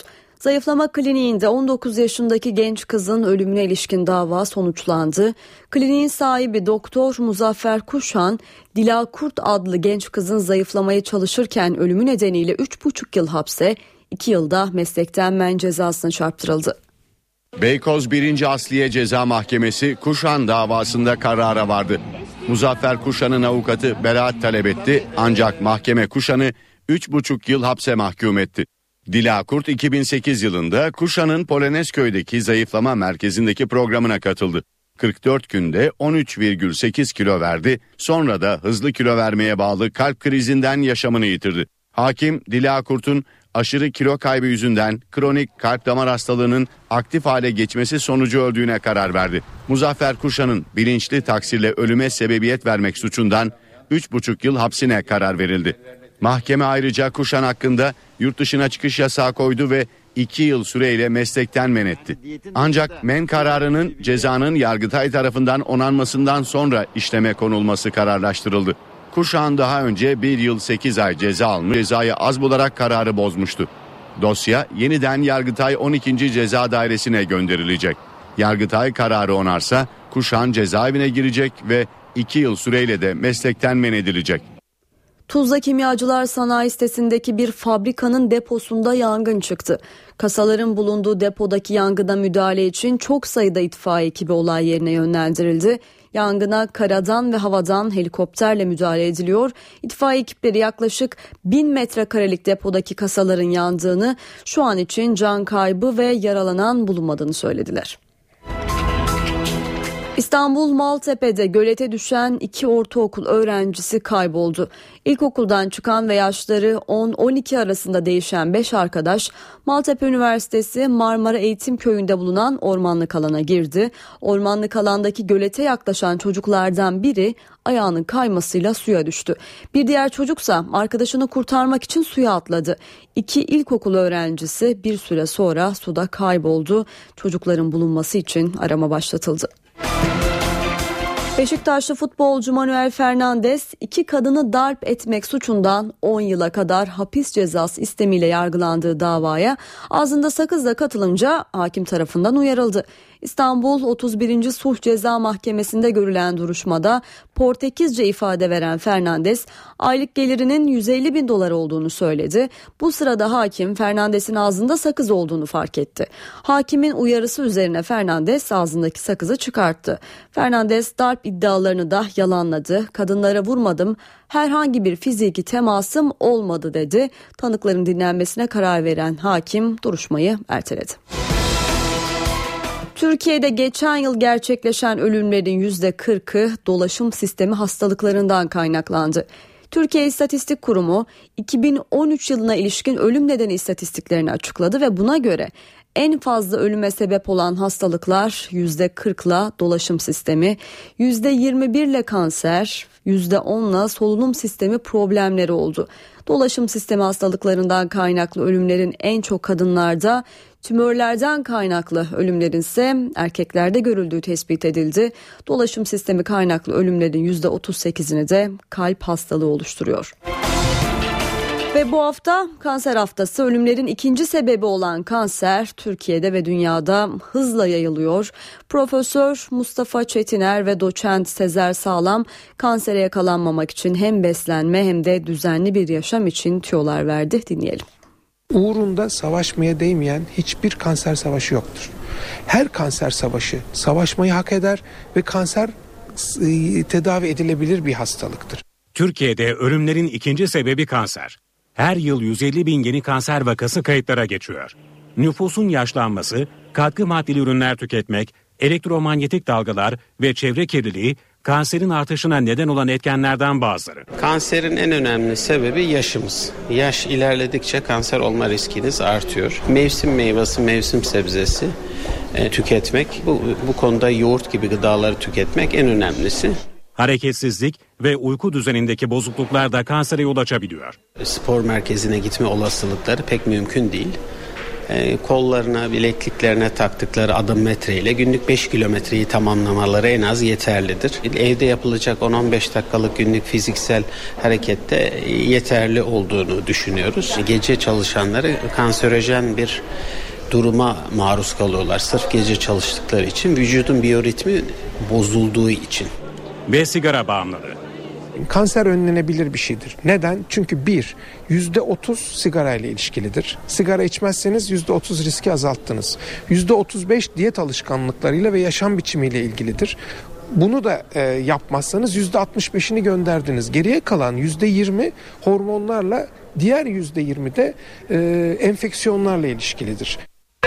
Speaker 2: Zayıflama kliniğinde on dokuz yaşındaki genç kızın ölümüne ilişkin dava sonuçlandı. Kliniğin sahibi Doktor Muzaffer Kuşan, Dila Kurt adlı genç kızın zayıflamaya çalışırken ölümü nedeniyle üç buçuk yıl hapse, iki yılda meslekten men cezasına çarptırıldı.
Speaker 10: Beykoz birinci Asliye Ceza Mahkemesi Kuşan davasında karara vardı. Muzaffer Kuşan'ın avukatı beraat talep etti ancak mahkeme Kuşan'ı üç buçuk yıl hapse mahkum etti. Dila Kurt iki bin sekiz yılında Kuşan'ın Polonezköy'deki zayıflama merkezindeki programına katıldı. kırk dört günde on üç virgül sekiz kilo verdi, sonra da hızlı kilo vermeye bağlı kalp krizinden yaşamını yitirdi. Hakim Dila Kurt'un aşırı kilo kaybı yüzünden kronik kalp damar hastalığının aktif hale geçmesi sonucu öldüğüne karar verdi. Muzaffer Kuşan'ın bilinçli taksirle ölüme sebebiyet vermek suçundan üç buçuk yıl hapsine karar verildi. Mahkeme ayrıca Kuşan hakkında yurt dışına çıkış yasağı koydu ve iki yıl süreyle meslekten men etti. Ancak men kararının cezanın Yargıtay tarafından onanmasından sonra işleme konulması kararlaştırıldı. Kuşan daha önce bir yıl sekiz ay ceza almış, cezayı az bularak kararı bozmuştu. Dosya yeniden Yargıtay on ikinci Ceza Dairesi'ne gönderilecek. Yargıtay kararı onarsa Kuşan cezaevine girecek ve iki yıl süreyle de meslekten men edilecek.
Speaker 2: Tuzla Kimyacılar Sanayi sitesindeki bir fabrikanın deposunda yangın çıktı. Kasaların bulunduğu depodaki yangına müdahale için çok sayıda itfaiye ekibi olay yerine yönlendirildi. Yangına karadan ve havadan helikopterle müdahale ediliyor. İtfaiye ekipleri yaklaşık bin metrekarelik depodaki kasaların yandığını, şu an için can kaybı ve yaralanan bulunmadığını söylediler. İstanbul Maltepe'de gölete düşen iki ortaokul öğrencisi kayboldu. İlkokuldan çıkan ve yaşları on on iki arasında değişen beş arkadaş Maltepe Üniversitesi Marmara Eğitim Köyü'nde bulunan ormanlık alana girdi. Ormanlık alandaki gölete yaklaşan çocuklardan biri ayağının kaymasıyla suya düştü. Bir diğer çocuksa arkadaşını kurtarmak için suya atladı. İki ilkokul öğrencisi bir süre sonra suda kayboldu. Çocukların bulunması için arama başlatıldı. Beşiktaşlı futbolcu Manuel Fernandes iki kadını darp etmek suçundan on yıla kadar hapis cezası istemiyle yargılandığı davaya ağzında sakızla katılınca hakim tarafından uyarıldı. İstanbul otuz birinci Sulh Ceza Mahkemesi'nde görülen duruşmada Portekizce ifade veren Fernandes aylık gelirinin yüz elli bin dolar olduğunu söyledi. Bu sırada hakim Fernandes'in ağzında sakız olduğunu fark etti. Hakimin uyarısı üzerine Fernandes ağzındaki sakızı çıkarttı. Fernandes darp iddialarını da yalanladı. Kadınlara vurmadım, herhangi bir fiziki temasım olmadı dedi. Tanıkların dinlenmesine karar veren hakim duruşmayı erteledi. Türkiye'de geçen yıl gerçekleşen ölümlerin yüzde kırkı dolaşım sistemi hastalıklarından kaynaklandı. Türkiye İstatistik Kurumu iki bin on üç yılına ilişkin ölüm nedeni istatistiklerini açıkladı ve buna göre en fazla ölüme sebep olan hastalıklar yüzde kırkla dolaşım sistemi, yüzde yirmi birle kanser, yüzde onla solunum sistemi problemleri oldu. Dolaşım sistemi hastalıklarından kaynaklı ölümlerin en çok kadınlarda, tümörlerden kaynaklı ölümlerin ise erkeklerde görüldüğü tespit edildi. Dolaşım sistemi kaynaklı ölümlerin yüzde otuz sekizini de kalp hastalığı oluşturuyor. Ve bu hafta kanser haftası. Ölümlerin ikinci sebebi olan kanser Türkiye'de ve dünyada hızla yayılıyor. Profesör Mustafa Çetiner ve doçent Sezer Sağlam kansere yakalanmamak için hem beslenme hem de düzenli bir yaşam için tüyolar verdi. Dinleyelim.
Speaker 12: Uğrunda savaşmaya değmeyen hiçbir kanser savaşı yoktur. Her kanser savaşı savaşmayı hak eder ve kanser tedavi edilebilir bir hastalıktır.
Speaker 14: Türkiye'de ölümlerin ikinci sebebi kanser. Her yıl yüz elli bin yeni kanser vakası kayıtlara geçiyor. Nüfusun yaşlanması, katkı maddeli ürünler tüketmek, elektromanyetik dalgalar ve çevre kirliliği kanserin artışına neden olan etkenlerden bazıları.
Speaker 16: Kanserin en önemli sebebi yaşımız. Yaş ilerledikçe kanser olma riskiniz artıyor. Mevsim meyvesi, mevsim sebzesi e, tüketmek, bu, bu konuda yoğurt gibi gıdaları tüketmek en önemlisi.
Speaker 14: Hareketsizlik ve uyku düzenindeki bozukluklar da kansere yol açabiliyor.
Speaker 16: Spor merkezine gitme olasılıkları pek mümkün değil. E, kollarına, bilekliklerine taktıkları adım metreyle günlük beş kilometreyi tamamlamaları en az yeterlidir. Evde yapılacak on on beş dakikalık günlük fiziksel harekette yeterli olduğunu düşünüyoruz. Gece çalışanları kanserojen bir duruma maruz kalıyorlar. Sırf gece çalıştıkları için, vücudun biyoritmi bozulduğu için.
Speaker 14: Ve sigara bağımlılığı.
Speaker 12: Kanser önlenebilir bir şeydir. Neden? Çünkü bir, yüzde otuz sigara ile ilişkilidir. Sigara içmezseniz yüzde otuz riski azalttınız. yüzde otuz beş diyet alışkanlıklarıyla ve yaşam biçimiyle ilgilidir. Bunu da e, yapmazsanız yüzde altmış beşini gönderdiniz. Geriye kalan yüzde yirmi hormonlarla, diğer yüzde yirmi de e, enfeksiyonlarla ilişkilidir.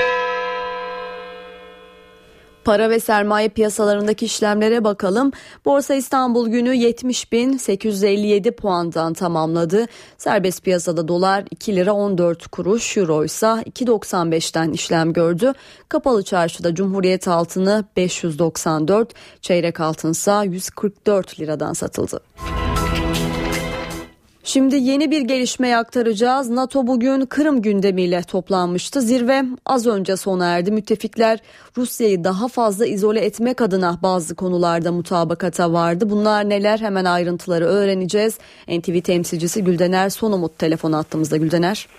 Speaker 2: Para ve sermaye piyasalarındaki işlemlere bakalım. Borsa İstanbul günü yetmiş bin sekiz yüz elli yedi puandan tamamladı. Serbest piyasada dolar iki lira on dört kuruş, euro ise iki doksan beşten işlem gördü. Kapalı çarşıda Cumhuriyet altını beş yüz doksan dört, çeyrek altınsa yüz kırk dört liradan satıldı. Şimdi yeni bir gelişmeyi aktaracağız. NATO bugün Kırım gündemiyle toplanmıştı. Zirve az önce sona erdi. Müttefikler Rusya'yı daha fazla izole etmek adına bazı konularda mutabakata vardı. Bunlar neler? Hemen ayrıntıları öğreneceğiz. N T V temsilcisi Güldener Sonumut telefon attığımızda. Güldener.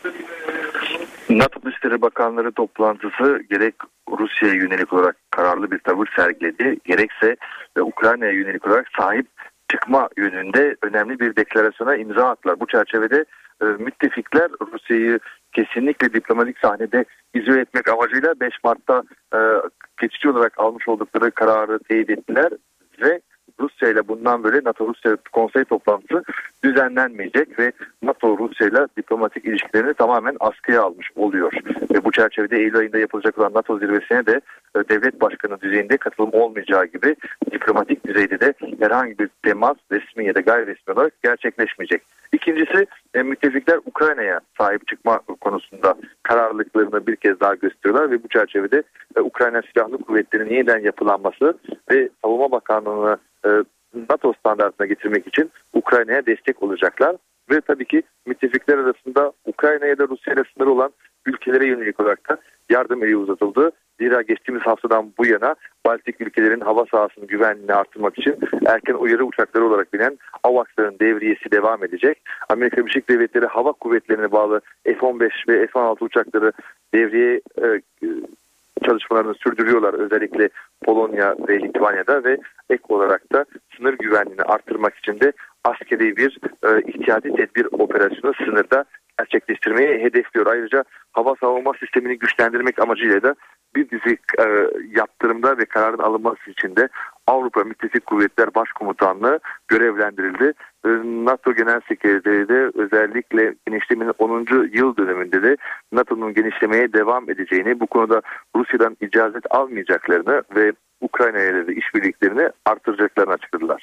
Speaker 17: NATO Dışişleri Bakanları toplantısı gerek Rusya'ya yönelik olarak kararlı bir tavır sergiledi, gerekse Ukrayna'ya yönelik olarak sahip çıkma yönünde önemli bir deklarasyona imza attılar. Bu çerçevede e, müttefikler Rusya'yı kesinlikle diplomatik sahnede izole etmek amacıyla beş Mart'ta e, geçici olarak almış oldukları kararı teyit ettiler ve Rusya ile bundan böyle NATO-Rusya konsey toplantısı düzenlenmeyecek ve NATO Rusya ile diplomatik ilişkilerini tamamen askıya almış oluyor. Ve bu çerçevede Eylül ayında yapılacak olan NATO zirvesine de devlet başkanı düzeyinde katılım olmayacağı gibi diplomatik düzeyde de herhangi bir temas resmi ya da gayri resmi olarak gerçekleşmeyecek. İkincisi müttefikler Ukrayna'ya sahip çıkma konusunda kararlılıklarını bir kez daha gösteriyorlar ve bu çerçevede Ukrayna Silahlı Kuvvetleri'nin yeniden yapılanması ve Savunma Bakanlığı'nı NATO standartına getirmek için Ukrayna'ya destek olacaklar. Ve tabii ki müttefikler arasında Ukrayna ya da Rusya ile sınırı olan ülkelere yönelik olarak da yardım eli uzatıldı. Zira geçtiğimiz haftadan bu yana Baltik ülkelerin hava sahasının güvenliğini artırmak için erken uyarı uçakları olarak bilinen AWACS'ların devriyesi devam edecek. Amerika Birleşik Devletleri Hava Kuvvetleri'ne bağlı F on beş ve F on altı uçakları devriye e, çalışmalarını sürdürüyorlar. Özellikle Polonya ve Litvanya'da ve ek olarak da sınır güvenliğini artırmak için de askeri bir e, ihtiyati tedbir operasyonu sınırda gerçekleştirmeyi hedefliyor. Ayrıca hava savunma sistemini güçlendirmek amacıyla da bir dizi e, yaptırımda ve kararın alınması için de Avrupa Müttefik Kuvvetler Başkomutanlığı görevlendirildi. E, NATO Genel Sekreteri de özellikle genişlemenin onuncu yıl döneminde de NATO'nun genişlemeye devam edeceğini, bu konuda Rusya'dan icazet almayacaklarını ve Ukrayna ile de işbirliklerini artıracaklarını açıkladılar.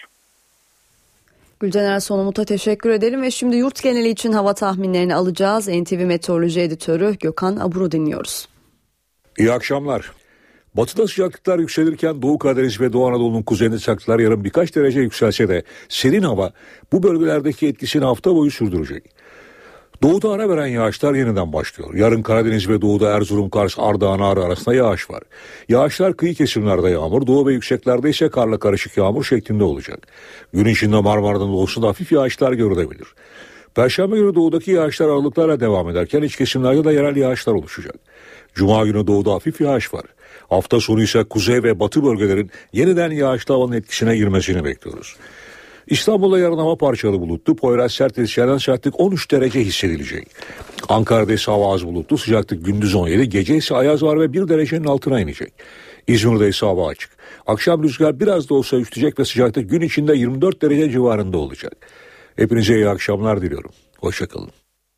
Speaker 2: Gülcener Sonumut'a teşekkür edelim ve şimdi yurt geneli için hava tahminlerini alacağız. N T V Meteoroloji Editörü Gökhan Abur'u dinliyoruz.
Speaker 18: İyi akşamlar. Batıda sıcaklıklar yükselirken Doğu Karadeniz ve Doğu Anadolu'nun kuzeyinde sıcaklıklar yarın birkaç derece yükselse de serin hava bu bölgelerdeki etkisini hafta boyu sürdürecek. Doğuda ara veren yağışlar yeniden başlıyor. Yarın Karadeniz ve Doğu'da Erzurum, Kars, Ardahan, Ağrı arasında yağış var. Yağışlar kıyı kesimlerde yağmur, doğu ve yükseklerde ise karla karışık yağmur şeklinde olacak. Gün içinde Marmara'nın doğusunda hafif yağışlar görülebilir. Perşembe günü doğudaki yağışlar aralıklarla devam ederken iç kesimlerde de yerel yağışlar oluşacak. Cuma günü doğuda hafif yağış var. Hafta sonu ise kuzey ve batı bölgelerin yeniden yağışlı havanın etkisine girmesini bekliyoruz. İstanbul'da yarın hava parçalı bulutlu, Poyraz sert esiyerden sertlik on üç derece hissedilecek. Ankara'da ise hava az bulutlu, sıcaklık gündüz on yedi, gece ise ayaz var ve bir derecenin altına inecek. İzmir'de ise hava açık. Akşam rüzgar biraz da olsa üşütecek ve sıcaklık gün içinde yirmi dört derece civarında olacak. Hepinize iyi akşamlar diliyorum. Hoşçakalın.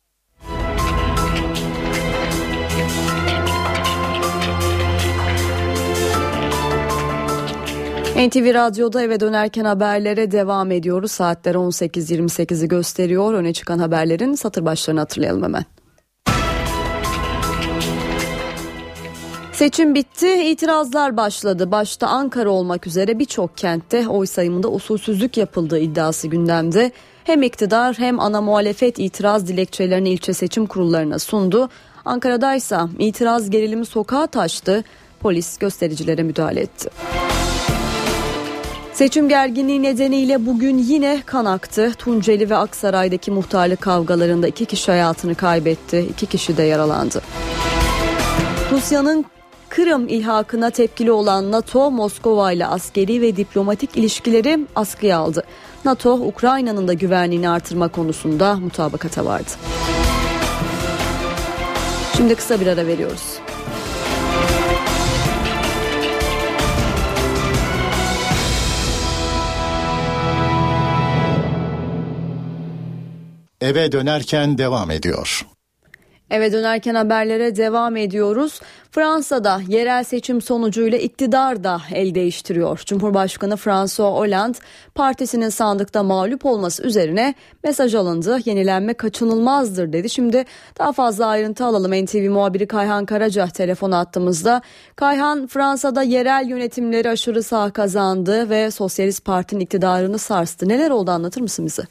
Speaker 2: N T V Radyo'da eve dönerken haberlere devam ediyoruz. Saatler on sekiz yirmi sekizi gösteriyor. Öne çıkan haberlerin satır başlarını hatırlayalım hemen. Seçim bitti, itirazlar başladı. Başta Ankara olmak üzere birçok kentte oy sayımında usulsüzlük yapıldığı iddiası gündemde. Hem iktidar hem ana muhalefet itiraz dilekçelerini ilçe seçim kurullarına sundu. Ankara'daysa itiraz gerilimi sokağa taştı. Polis göstericilere müdahale etti. Seçim gerginliği nedeniyle bugün yine kan aktı. Tunceli ve Aksaray'daki muhtarlık kavgalarında iki kişi hayatını kaybetti, iki kişi de yaralandı. Rusya'nın Kırım ilhakına tepkili olan NATO, Moskova ile askeri ve diplomatik ilişkileri askıya aldı. NATO, Ukrayna'nın da güvenliğini artırma konusunda mutabakata vardı. Şimdi kısa bir ara veriyoruz.
Speaker 13: Eve dönerken devam ediyor.
Speaker 2: Eve dönerken haberlere devam ediyoruz. Fransa'da yerel seçim sonucuyla iktidar da el değiştiriyor. Cumhurbaşkanı François Hollande partisinin sandıkta mağlup olması üzerine mesaj alındı. Yenilenme kaçınılmazdır dedi. Şimdi daha fazla ayrıntı alalım. N T V muhabiri Kayhan Karaca telefon attığımızda. Kayhan, Fransa'da yerel yönetimleri aşırı sağ kazandı ve Sosyalist Parti'nin iktidarını sarstı. Neler oldu, anlatır mısın bize?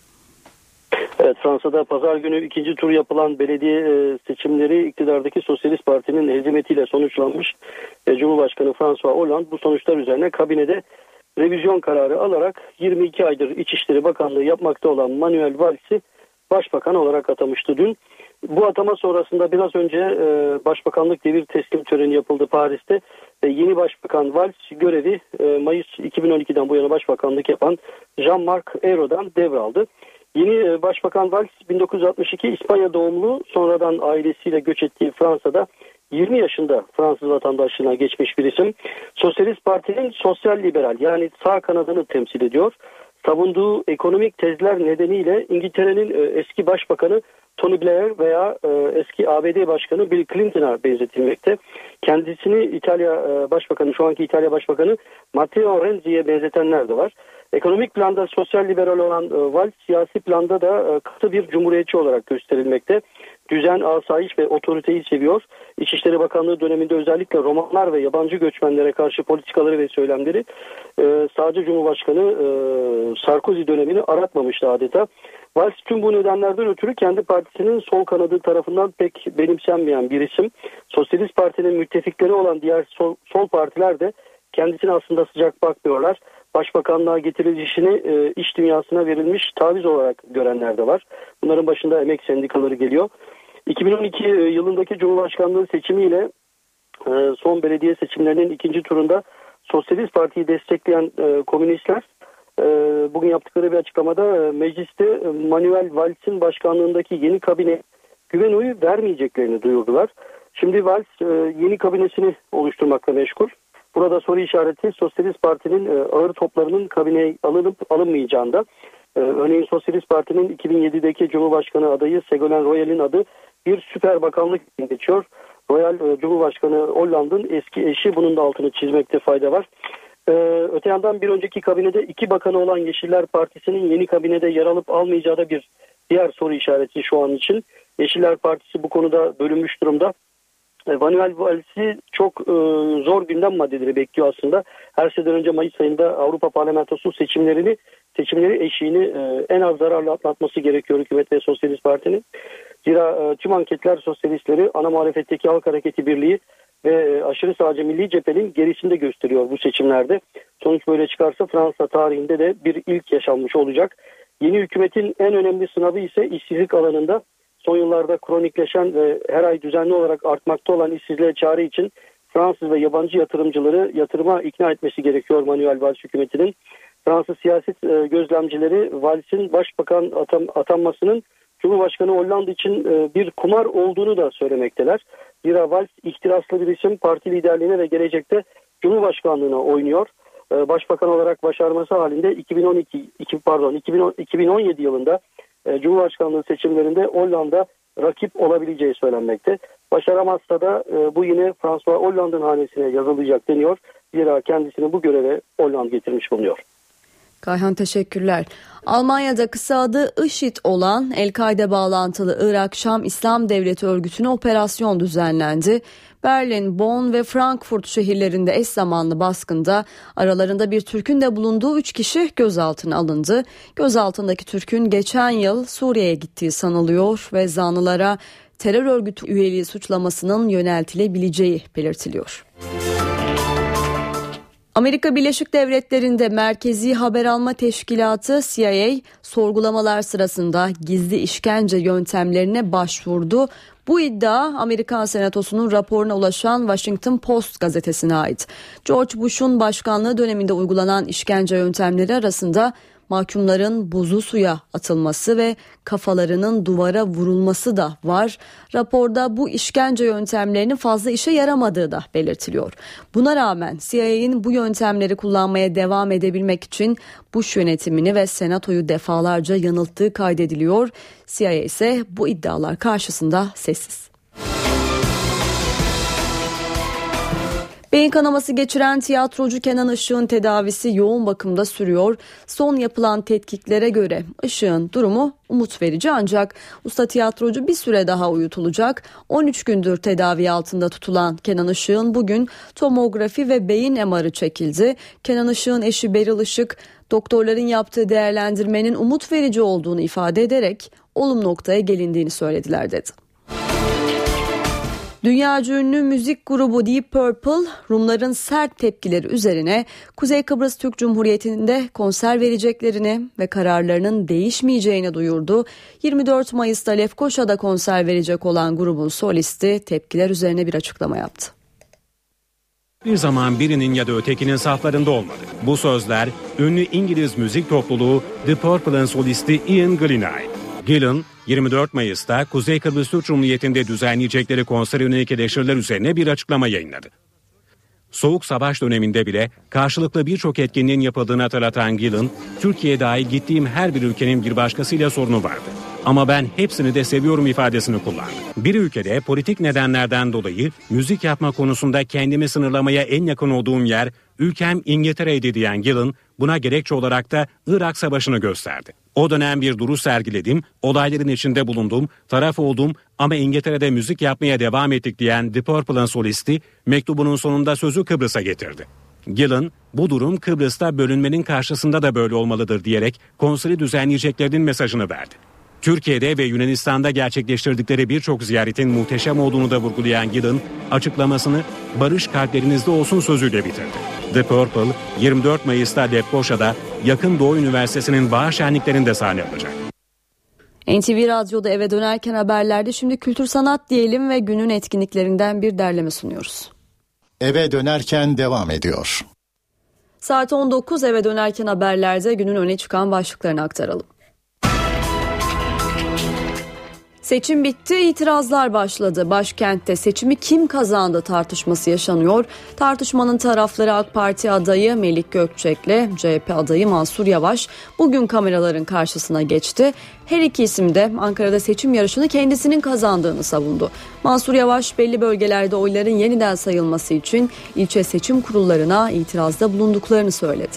Speaker 15: Evet, Fransa'da pazar günü ikinci tur yapılan belediye seçimleri iktidardaki Sosyalist Parti'nin hezimetiyle sonuçlanmış. Cumhurbaşkanı François Hollande bu sonuçlar üzerine kabinede revizyon kararı alarak yirmi iki aydır İçişleri Bakanlığı yapmakta olan Manuel Valls'i başbakan olarak atamıştı dün. Bu atama sonrasında biraz önce başbakanlık devir teslim töreni yapıldı Paris'te. Yeni başbakan Valls görevi Mayıs iki bin on ikiden bu yana başbakanlık yapan Jean-Marc Ayrault'dan devraldı. Yeni Başbakan Valls bin dokuz yüz altmış iki İspanya doğumlu, sonradan ailesiyle göç ettiği Fransa'da yirmi yaşında Fransız vatandaşlığına geçmiş bir isim. Sosyalist Parti'nin sosyal liberal yani sağ kanadını temsil ediyor. Savunduğu ekonomik tezler nedeniyle İngiltere'nin eski başbakanı Tony Blair veya eski A B D Başkanı Bill Clinton'a benzetilmekte. Kendisini İtalya Başbakanı, şu anki İtalya Başbakanı Matteo Renzi'ye benzetenler de var. Ekonomik planda sosyal liberal olan Valls, siyasi planda da katı bir cumhuriyetçi olarak gösterilmekte. Düzen, asayiş ve otoriteyi seviyor. İçişleri Bakanlığı döneminde özellikle Romanlar ve yabancı göçmenlere karşı politikaları ve söylemleri e, sadece Cumhurbaşkanı e, Sarkozy dönemini aratmamıştı adeta. Valls tüm bu nedenlerden ötürü kendi partisinin sol kanadı tarafından pek benimsenmeyen bir isim. Sosyalist Parti'nin müttefikleri olan diğer sol, sol partiler de kendisine aslında sıcak bakmıyorlar. Başbakanlığa getirilişini e, iş dünyasına verilmiş taviz olarak görenler de var. Bunların başında emek sendikaları geliyor. iki bin on iki yılındaki Cumhurbaşkanlığı seçimiyle e, son belediye seçimlerinin ikinci turunda Sosyalist Parti'yi destekleyen e, komünistler e, bugün yaptıkları bir açıklamada e, mecliste e, Manuel Valls'in başkanlığındaki yeni kabine güven oyu vermeyeceklerini duyurdular. Şimdi Valls e, yeni kabinesini oluşturmakla meşgul. Burada soru işareti Sosyalist Parti'nin e, ağır toplarının kabineye alınıp alınmayacağında. E, örneğin Sosyalist Parti'nin iki bin yedideki Cumhurbaşkanı adayı Ségolène Royal'in adı bir süper bakanlık geçiyor. Royal e, Cumhurbaşkanı Hollande'ın eski eşi, bunun da altını çizmekte fayda var. E, öte yandan bir önceki kabinede iki bakanı olan Yeşiller Partisi'nin yeni kabinede yer alıp almayacağı da bir diğer soru işareti şu an için. Yeşiller Partisi bu konuda bölünmüş durumda. Manuel Valls'i çok e, zor gündem maddeleri bekliyor aslında. Her şeyden önce Mayıs ayında Avrupa Parlamentosu seçimlerini, seçimleri eşiğini e, en az zararla atlatması gerekiyor hükümet ve Sosyalist Parti'nin. Zira e, tüm anketler sosyalistleri ana muhalefetteki Halk Hareketi Birliği ve e, aşırı sağcı Milli Cephe'nin gerisinde gösteriyor bu seçimlerde. Sonuç böyle çıkarsa Fransa tarihinde de bir ilk yaşanmış olacak. Yeni hükümetin en önemli sınavı ise işsizlik alanında. Son yıllarda kronikleşen ve her ay düzenli olarak artmakta olan işsizliğe çare için Fransız ve yabancı yatırımcıları yatırıma ikna etmesi gerekiyor Manuel Valls hükümetinin. Fransız siyaset gözlemcileri Valls'in başbakan atam, atanmasının Cumhurbaşkanı Hollande için bir kumar olduğunu da söylemekteler. Zira Valls ihtiraslı bir isim, parti liderliğine ve gelecekte Cumhurbaşkanlığına oynuyor. Başbakan olarak başarması halinde iki bin on iki pardon iki bin on yedi yılında Cumhurbaşkanlığı seçimlerinde Hollanda rakip olabileceği söylenmekte. Başaramazsa da bu yine François Hollande'ın hanesine yazılacak deniyor. Zira kendisini bu göreve Hollande getirmiş bulunuyor.
Speaker 2: Kayhan, teşekkürler. Almanya'da kısa adı IŞİD olan El-Kaide bağlantılı Irak-Şam İslam Devleti örgütüne operasyon düzenlendi. Berlin, Bonn ve Frankfurt şehirlerinde eş zamanlı baskında aralarında bir Türk'ün de bulunduğu üç kişi gözaltına alındı. Gözaltındaki Türk'ün geçen yıl Suriye'ye gittiği sanılıyor ve zanlılara terör örgütü üyeliği suçlamasının yöneltilebileceği belirtiliyor. Amerika Birleşik Devletleri'nde Merkezi Haber Alma Teşkilatı C I A sorgulamalar sırasında gizli işkence yöntemlerine başvurdu. Bu iddia Amerikan Senatosu'nun raporuna ulaşan Washington Post gazetesine ait. George Bush'un başkanlığı döneminde uygulanan işkence yöntemleri arasında mahkumların buzlu suya atılması ve kafalarının duvara vurulması da var. Raporda bu işkence yöntemlerinin fazla işe yaramadığı da belirtiliyor. Buna rağmen C I A'nin bu yöntemleri kullanmaya devam edebilmek için Bush yönetimini ve Senatoyu defalarca yanılttığı kaydediliyor. C I A ise bu iddialar karşısında sessiz. Beyin kanaması geçiren tiyatrocu Kenan Işık'ın tedavisi yoğun bakımda sürüyor. Son yapılan tetkiklere göre Işık'ın durumu umut verici ancak usta tiyatrocu bir süre daha uyutulacak. on üç gündür tedavi altında tutulan Kenan Işık'ın bugün tomografi ve beyin M R'ı çekildi. Kenan Işık'ın eşi Beril Işık, doktorların yaptığı değerlendirmenin umut verici olduğunu ifade ederek olumlu noktaya gelindiğini söylediler dedi. Dünyaca ünlü müzik grubu Deep Purple, Rumların sert tepkileri üzerine Kuzey Kıbrıs Türk Cumhuriyeti'nde konser vereceklerini ve kararlarının değişmeyeceğini duyurdu. yirmi dört Mayıs'ta Lefkoşa'da konser verecek olan grubun solisti tepkiler üzerine bir açıklama yaptı.
Speaker 14: Bir zaman birinin ya da ötekinin saflarında olmadı. Bu sözler ünlü İngiliz müzik topluluğu The Purple'ın solisti Ian Gillan'ay. Gillan, yirmi dört Mayıs'ta Kuzey Kıbrıs Türk Cumhuriyeti'nde düzenleyecekleri konser yönelik eleştiriler üzerine bir açıklama yayınladı. Soğuk Savaş döneminde bile karşılıklı birçok etkinliğin yapıldığını hatırlatan Gillan, Türkiye dahil gittiğim her bir ülkenin bir başkasıyla sorunu vardı. Ama ben hepsini de seviyorum ifadesini kullandı. Bir ülkede politik nedenlerden dolayı müzik yapma konusunda kendimi sınırlamaya en yakın olduğum yer ülkem İngiltere'ydi diyen Gillan, buna gerekçe olarak da Irak Savaşı'nı gösterdi. O dönem bir duruş sergiledim, olayların içinde bulundum, taraf oldum ama İngiltere'de müzik yapmaya devam ettik diyen The Purple'ın solisti mektubunun sonunda sözü Kıbrıs'a getirdi. Gillan, bu durum Kıbrıs'ta bölünmenin karşısında da böyle olmalıdır diyerek konseri düzenleyeceklerinin mesajını verdi. Türkiye'de ve Yunanistan'da gerçekleştirdikleri birçok ziyaretin muhteşem olduğunu da vurgulayan Gillan, açıklamasını "Barış kalplerinizde olsun" sözüyle bitirdi. The Purple, yirmi dört Mayıs'ta Lefkoşa'da Yakın Doğu Üniversitesi'nin bahar şenliklerinde sahne alacak.
Speaker 2: N T V Radyo'da eve dönerken haberlerde şimdi kültür sanat diyelim ve günün etkinliklerinden bir derleme sunuyoruz.
Speaker 13: Eve dönerken devam ediyor.
Speaker 2: Saat on dokuz, eve dönerken haberlerde günün öne çıkan başlıklarını aktaralım. Seçim bitti, itirazlar başladı. Başkentte seçimi kim kazandı tartışması yaşanıyor. Tartışmanın tarafları AK Parti adayı Melik Gökçek'le C H P adayı Mansur Yavaş bugün kameraların karşısına geçti. Her iki isim de Ankara'da seçim yarışını kendisinin kazandığını savundu. Mansur Yavaş belli bölgelerde oyların yeniden sayılması için ilçe seçim kurullarına itirazda bulunduklarını söyledi.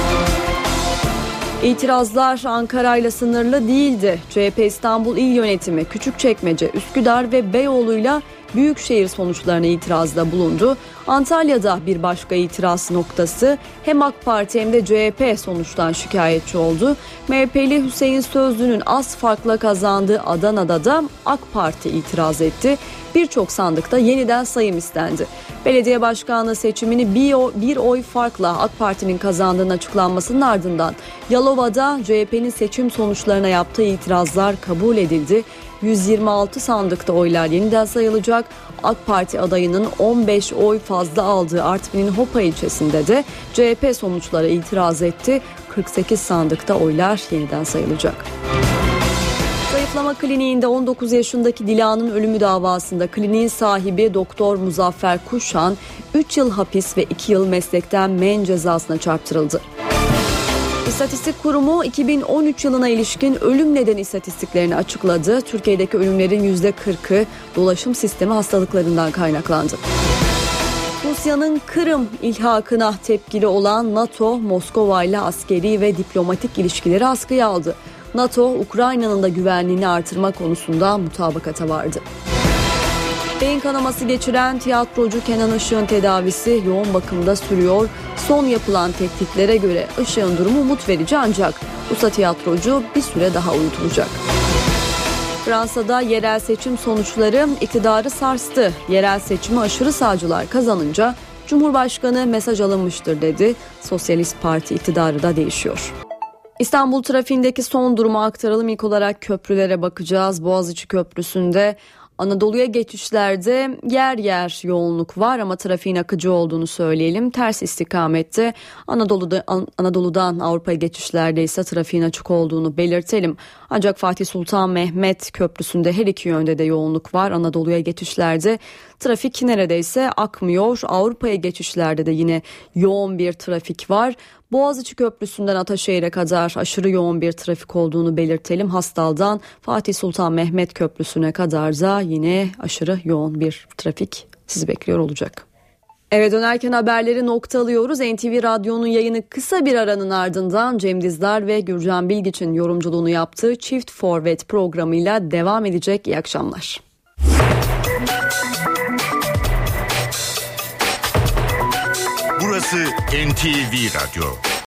Speaker 2: İtirazlar Ankara'yla sınırlı değildi. C H P İstanbul İl Yönetimi Küçükçekmece, Üsküdar ve Beyoğlu'yla büyükşehir sonuçlarına itirazda bulundu. Antalya'da bir başka itiraz noktası hem AK Parti hem de C H P sonuçtan şikayetçi oldu. M H P'li Hüseyin Sözlü'nün az farkla kazandığı Adana'da da AK Parti itiraz etti. Birçok sandıkta yeniden sayım istendi. Belediye başkanlığı seçimini bir oy, bir oy farkla AK Parti'nin kazandığının açıklanmasının ardından Yalova'da C H P'nin seçim sonuçlarına yaptığı itirazlar kabul edildi. yüz yirmi altı sandıkta oylar yeniden sayılacak. AK Parti adayının on beş oy fazla aldığı Artvin'in Hopa ilçesinde de C H P sonuçlara itiraz etti. kırk sekiz sandıkta oylar yeniden sayılacak. Zayıflama kliniğinde on dokuz yaşındaki Dila'nın ölümü davasında kliniğin sahibi Doktor Muzaffer Kuşan üç yıl hapis ve iki yıl meslekten men cezasına çarptırıldı. İstatistik Kurumu iki bin on üç yılına ilişkin ölüm nedeni istatistiklerini açıkladı. Türkiye'deki ölümlerin yüzde kırkı dolaşım sistemi hastalıklarından kaynaklandı. Rusya'nın Kırım ilhakına tepkili olan NATO, Moskova ile askeri ve diplomatik ilişkileri askıya aldı. NATO, Ukrayna'nın da güvenliğini artırma konusunda mutabakata vardı. Beyin kanaması geçiren tiyatrocu Kenan Işık'ın tedavisi yoğun bakımda sürüyor. Son yapılan tetkiklere göre Işık'ın durumu umut verici ancak usta tiyatrocu bir süre daha uyutulacak. Fransa'da yerel seçim sonuçları iktidarı sarstı. Yerel seçimi aşırı sağcılar kazanınca Cumhurbaşkanı mesaj alınmıştır dedi. Sosyalist Parti iktidarı da değişiyor. İstanbul trafiğindeki son durumu aktaralım. İlk olarak köprülere bakacağız. Boğaziçi Köprüsü'nde Anadolu'ya geçişlerde yer yer yoğunluk var ama trafiğin akıcı olduğunu söyleyelim. Ters istikamette Anadolu'da, Anadolu'dan Avrupa'ya geçişlerde ise trafiğin açık olduğunu belirtelim. Ancak Fatih Sultan Mehmet Köprüsü'nde her iki yönde de yoğunluk var. Anadolu'ya geçişlerde trafik neredeyse akmıyor. Avrupa'ya geçişlerde de yine yoğun bir trafik var. Boğaziçi Köprüsü'nden Ataşehir'e kadar aşırı yoğun bir trafik olduğunu belirtelim. Hastal'dan Fatih Sultan Mehmet Köprüsü'ne kadar da yine aşırı yoğun bir trafik sizi bekliyor olacak. Eve dönerken haberleri noktalıyoruz. N T V Radyo'nun yayını kısa bir aranın ardından Cem Dizdar ve Gürcan Bilgiç'in yorumculuğunu yaptığı Çift Forvet programıyla devam edecek. İyi akşamlar.
Speaker 19: Burası N T V Radyo.